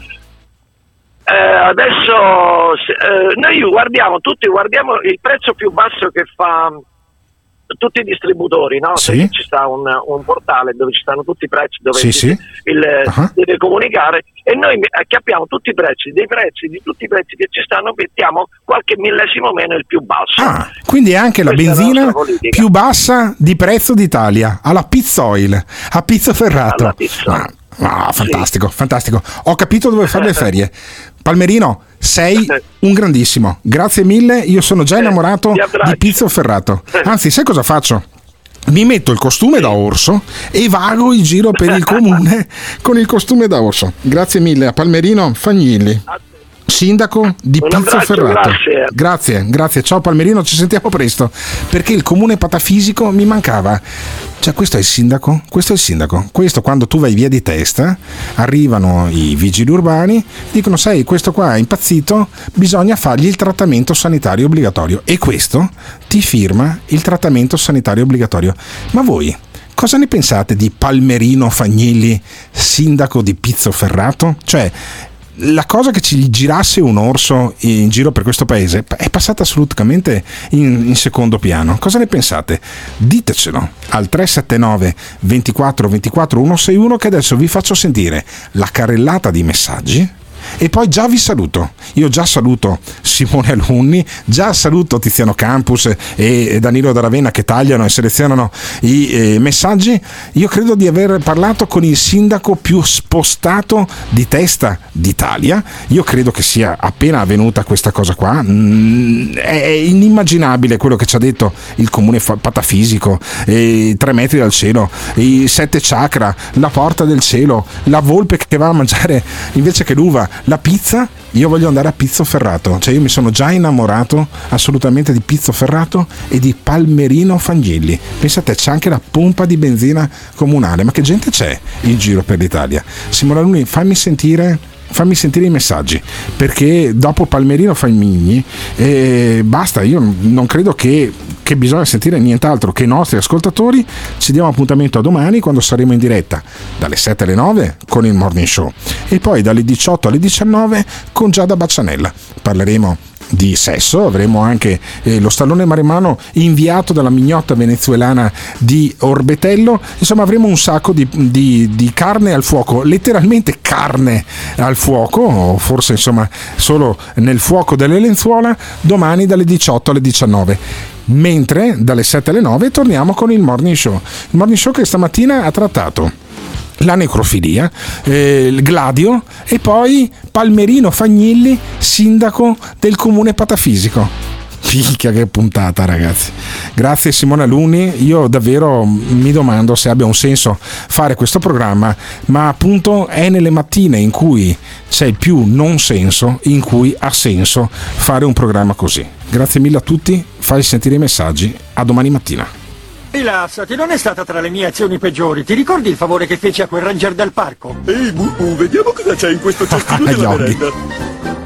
Adesso noi guardiamo il prezzo più basso che fa tutti i distributori, no? Sì. Ci sta un portale dove ci stanno tutti i prezzi, dove deve comunicare, e noi acchiappiamo tutti i prezzi di tutti i prezzi che ci stanno, mettiamo qualche millesimo meno il più basso. Quindi è anche la benzina più bassa di prezzo d'Italia, alla Pizzoil, a Pizzoferrato. Fantastico. Ho capito dove fare le ferie. Palmerino, sei un grandissimo. Grazie mille, io sono già innamorato di Pizzoferrato. Anzi, sai cosa faccio? Mi metto il costume da orso e vago in giro per il comune con il costume da orso. Grazie mille a Palmerino Fagnilli, sindaco di Pizzoferrato. Grazie. Ciao Palmerino, ci sentiamo presto, perché il comune patafisico mi mancava. Cioè, questo è il sindaco. Questo, quando tu vai via di testa, arrivano i vigili urbani, dicono: sai, questo qua è impazzito, bisogna fargli il trattamento sanitario obbligatorio, e questo ti firma il trattamento sanitario obbligatorio. Ma voi cosa ne pensate di Palmerino Fagnilli, sindaco di Pizzoferrato? Cioè, la cosa che ci girasse un orso in giro per questo paese è passata assolutamente in secondo piano. Cosa ne pensate? Ditecelo al 379 24 24 161, che adesso vi faccio sentire la carrellata di messaggi E poi già vi saluto, io già saluto Simone Alunni, già saluto Tiziano Campus e Danilo da Ravenna che tagliano e selezionano i messaggi. Io credo di aver parlato con il sindaco più spostato di testa d'Italia. Io credo che sia appena avvenuta questa cosa qua. È inimmaginabile quello che ci ha detto il comune patafisico, 3 metri dal cielo, i 7 chakra, la porta del cielo, la volpe che va a mangiare invece che l'uva, la pizza. Io voglio andare a Pizzoferrato, cioè io mi sono già innamorato assolutamente di Pizzoferrato e di Palmerino Fagnilli. Pensate, c'è anche la pompa di benzina comunale, ma che gente c'è in giro per l'Italia? Simone Alunni, fammi sentire i messaggi, perché dopo Palmerino Fagnilli basta. Io non credo che bisogna sentire nient'altro che i nostri ascoltatori. Ci diamo appuntamento a domani, quando saremo in diretta dalle 7 alle 9 con il Morning Show e poi dalle 18 alle 19 con Giada Baccianella. Parleremo di sesso, avremo anche lo stallone maremmano inviato dalla mignotta venezuelana di Orbetello. Insomma, avremo un sacco di carne al fuoco, letteralmente carne al fuoco, o forse insomma solo nel fuoco delle lenzuola, domani dalle 18 alle 19. Mentre dalle 7 alle 9 torniamo con il Morning Show. Il Morning Show che stamattina ha trattato la necrofilia, il gladio e poi Palmerino Fagnilli, sindaco del comune patafisico. Picchia, che puntata, ragazzi. Grazie Simone Alunni. Io davvero mi domando se abbia un senso fare questo programma, ma appunto è nelle mattine in cui c'è il più non senso in cui ha senso fare un programma così. Grazie mille a tutti, fai sentire i messaggi, a domani mattina. Rilassati, non è stata tra le mie azioni peggiori. Ti ricordi il favore che feci a quel ranger del parco? Ehi, vediamo cosa c'è in questo cestino della merenda.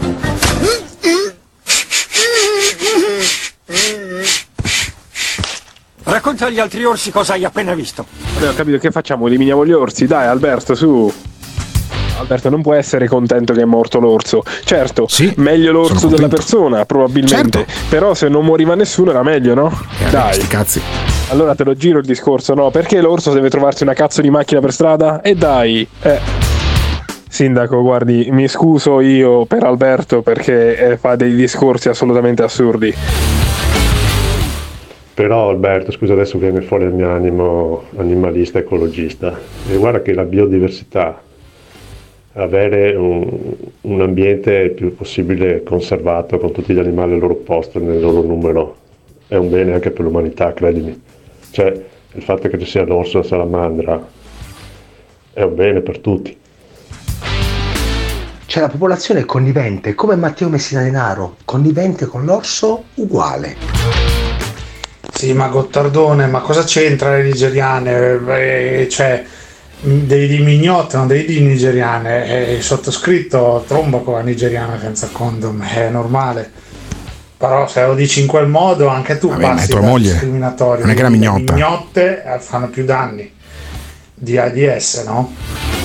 Racconta agli altri orsi cosa hai appena visto. Ho capito, che facciamo? Eliminiamo gli orsi? Dai, Alberto, su. Alberto non può essere contento che è morto l'orso. Certo, sì, meglio l'orso della persona, probabilmente. Certo. Però se non moriva nessuno era meglio, no? Dai. Cazzi. Allora te lo giro il discorso, no? Perché l'orso deve trovarsi una cazzo di macchina per strada? E dai, Sindaco, guardi, mi scuso io per Alberto perché fa dei discorsi assolutamente assurdi. Però Alberto, scusa, adesso viene fuori il mio animo animalista ecologista. E guarda che la biodiversità, avere un ambiente il più possibile conservato con tutti gli animali al loro posto nel loro numero, è un bene anche per l'umanità, credimi. Cioè, il fatto che ci sia l'orso e la salamandra è un bene per tutti. Cioè la popolazione è connivente, come Matteo Messina Denaro, connivente con l'orso, uguale. Sì, ma Gottardone, ma cosa c'entra le nigeriane? Cioè, devi di mignotte, non devi di nigeriane. Il sottoscritto tromba con la nigeriana senza condom, è normale. Però se lo dici in quel modo anche tu passi da discriminatorio. Non è che era mignotta. Le mignotte fanno più danni di AIDS, no?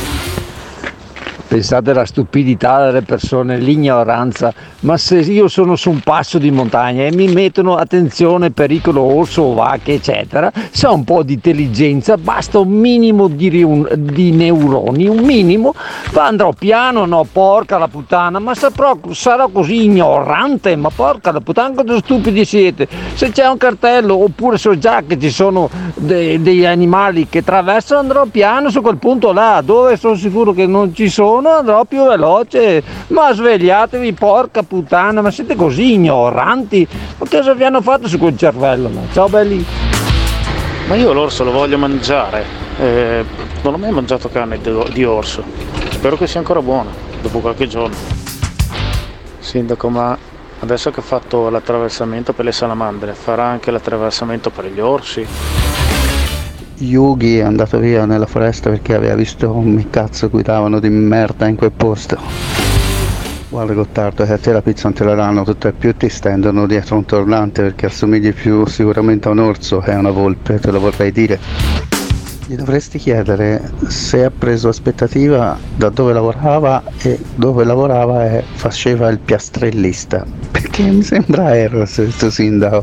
Pensate alla stupidità delle persone, l'ignoranza. Ma se io sono su un passo di montagna e mi mettono attenzione, pericolo orso, vacche eccetera, se ho un po' di intelligenza, basta un minimo di neuroni, un minimo, andrò piano, no, porca la puttana, ma sarò così ignorante, ma porca la puttana, quanto stupidi siete. Se c'è un cartello, oppure so già che ci sono degli animali che attraversano, andrò piano su quel punto là, dove sono sicuro che non ci sono, andrò più veloce. Ma svegliatevi, porca puttana, ma siete così ignoranti? Ma cosa vi hanno fatto su quel cervello? Ma ciao belli. Ma io l'orso lo voglio mangiare, non ho mai mangiato carne di orso, spero che sia ancora buona dopo qualche giorno. Sindaco, ma adesso che ha fatto l'attraversamento per le salamandre, farà anche l'attraversamento per gli orsi? Yugi è andato via nella foresta perché aveva visto come cazzo guidavano di merda in quel posto. Guarda Gottardo, che a te la pizza non te la danno, tutte più ti stendono dietro un tornante perché assomigli più sicuramente a un orso che a una volpe, te lo vorrei dire. Gli dovresti chiedere se ha preso aspettativa da dove lavorava e dove lavorava e faceva il piastrellista, perché mi sembra Eros questo sindaco.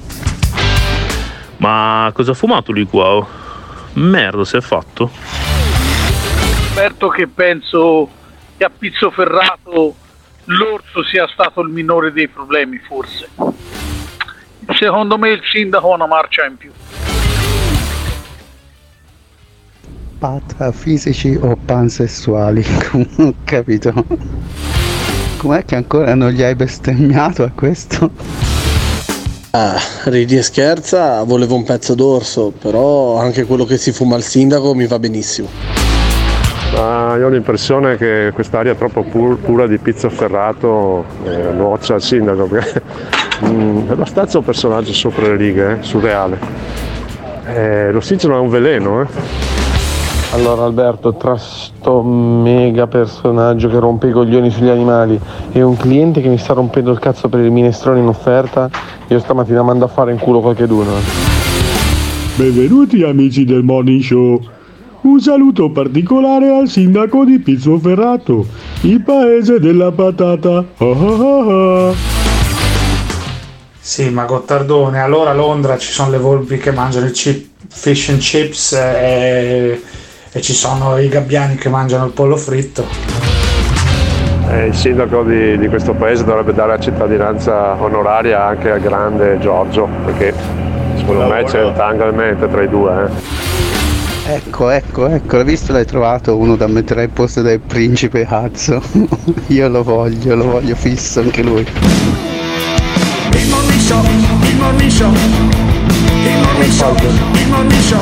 Ma cosa ha fumato lui qua? Merda, si è fatto? Certo che penso che a Pizzoferrato l'orso sia stato il minore dei problemi, forse. Secondo me il sindaco ha una marcia in più. Patafisici o pansessuali? Non ho capito. Com'è che ancora non gli hai bestemmiato a questo? Ah, ridi e scherza, volevo un pezzo d'orso, però anche quello che si fuma al sindaco mi va benissimo. Io ho l'impressione che quest'aria è troppo pura di Pizzo Ferrato nuoccia al sindaco, perché è abbastanza un personaggio sopra le righe, surreale. L'ossigeno è un veleno, Allora Alberto, tra sto mega personaggio che rompe i coglioni sugli animali e un cliente che mi sta rompendo il cazzo per il minestrone in offerta, io stamattina mando a fare in culo qualcheduno. Benvenuti amici del Morning Show. Un saluto particolare al sindaco di Pizzoferrato, il paese della patata. Sì, ma Gottardone, allora a Londra ci sono le volpi che mangiano il fish and chips e ci sono i gabbiani che mangiano il pollo fritto. Il sindaco di questo paese dovrebbe dare la cittadinanza onoraria anche al grande Giorgio, perché secondo me c'è tangalmente tra i due. Ecco, l'hai visto, l'hai trovato uno da mettere al posto del principe Hazzo. Io lo voglio fisso anche lui. Il Morning Show, il Morning Show, il Morning Show, il Morning Show.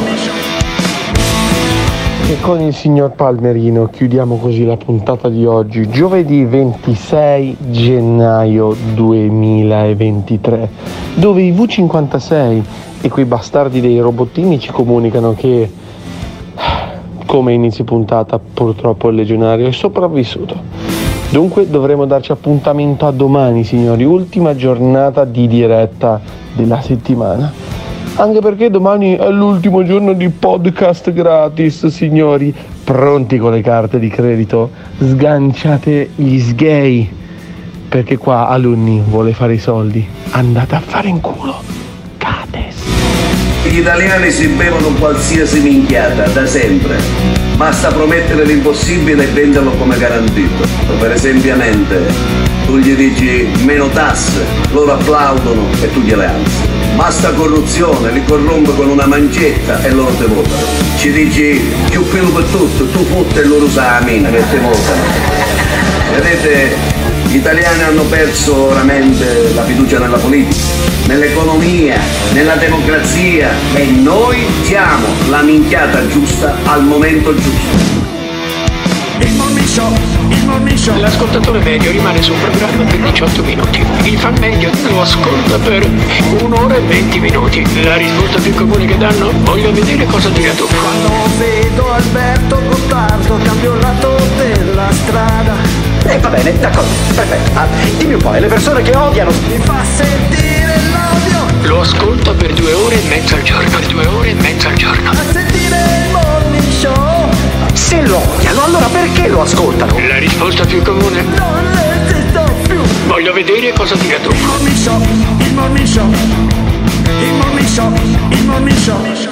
E con il signor Palmerino chiudiamo così la puntata di oggi, giovedì 26 gennaio 2023, dove i V56 e quei bastardi dei robottini ci comunicano che, come inizio puntata, purtroppo il legionario è sopravvissuto. Dunque dovremo darci appuntamento a domani, signori, ultima giornata di diretta della settimana. Anche perché domani è l'ultimo giorno di podcast gratis, signori. Pronti con le carte di credito? Sganciate gli sgay, perché qua alunni vuole fare i soldi. Andate a fare in culo. Cates. Gli italiani si bevono qualsiasi minchiata, da sempre. Basta promettere l'impossibile e venderlo come garantito. Per esempio, tu gli dici meno tasse, loro applaudono e tu gliele alzi. Basta corruzione, li corrompe con una mancetta e loro te votano. Ci dici più pelo per tutto, tu fotte e loro usa la mina che te votano. Vedete, gli italiani hanno perso veramente la fiducia nella politica, nell'economia, nella democrazia, e noi siamo la minchiata giusta al momento giusto. Il Morning Show, il Morning Show. L'ascoltatore medio rimane sul programma per 18 minuti. Il fan medio lo ascolta per 1 ora e 20 minuti. La risposta più comune che danno: voglio vedere cosa dirà tu. Quando vedo Alberto Gottardo cambio lato della strada. Va bene, d'accordo, perfetto. Dimmi un po', le persone che odiano mi fa sentire l'odio. Lo ascolta per 2 ore e mezza al giorno. Per 2 ore e mezza al giorno. A sentire il Morning Show. Se lo odiano, allora perché lo ascoltano? La risposta più comune: non esisto più. Voglio vedere cosa dirà tu. Il Morning Show, il Morning Show, il Morning Show, il Morning Show.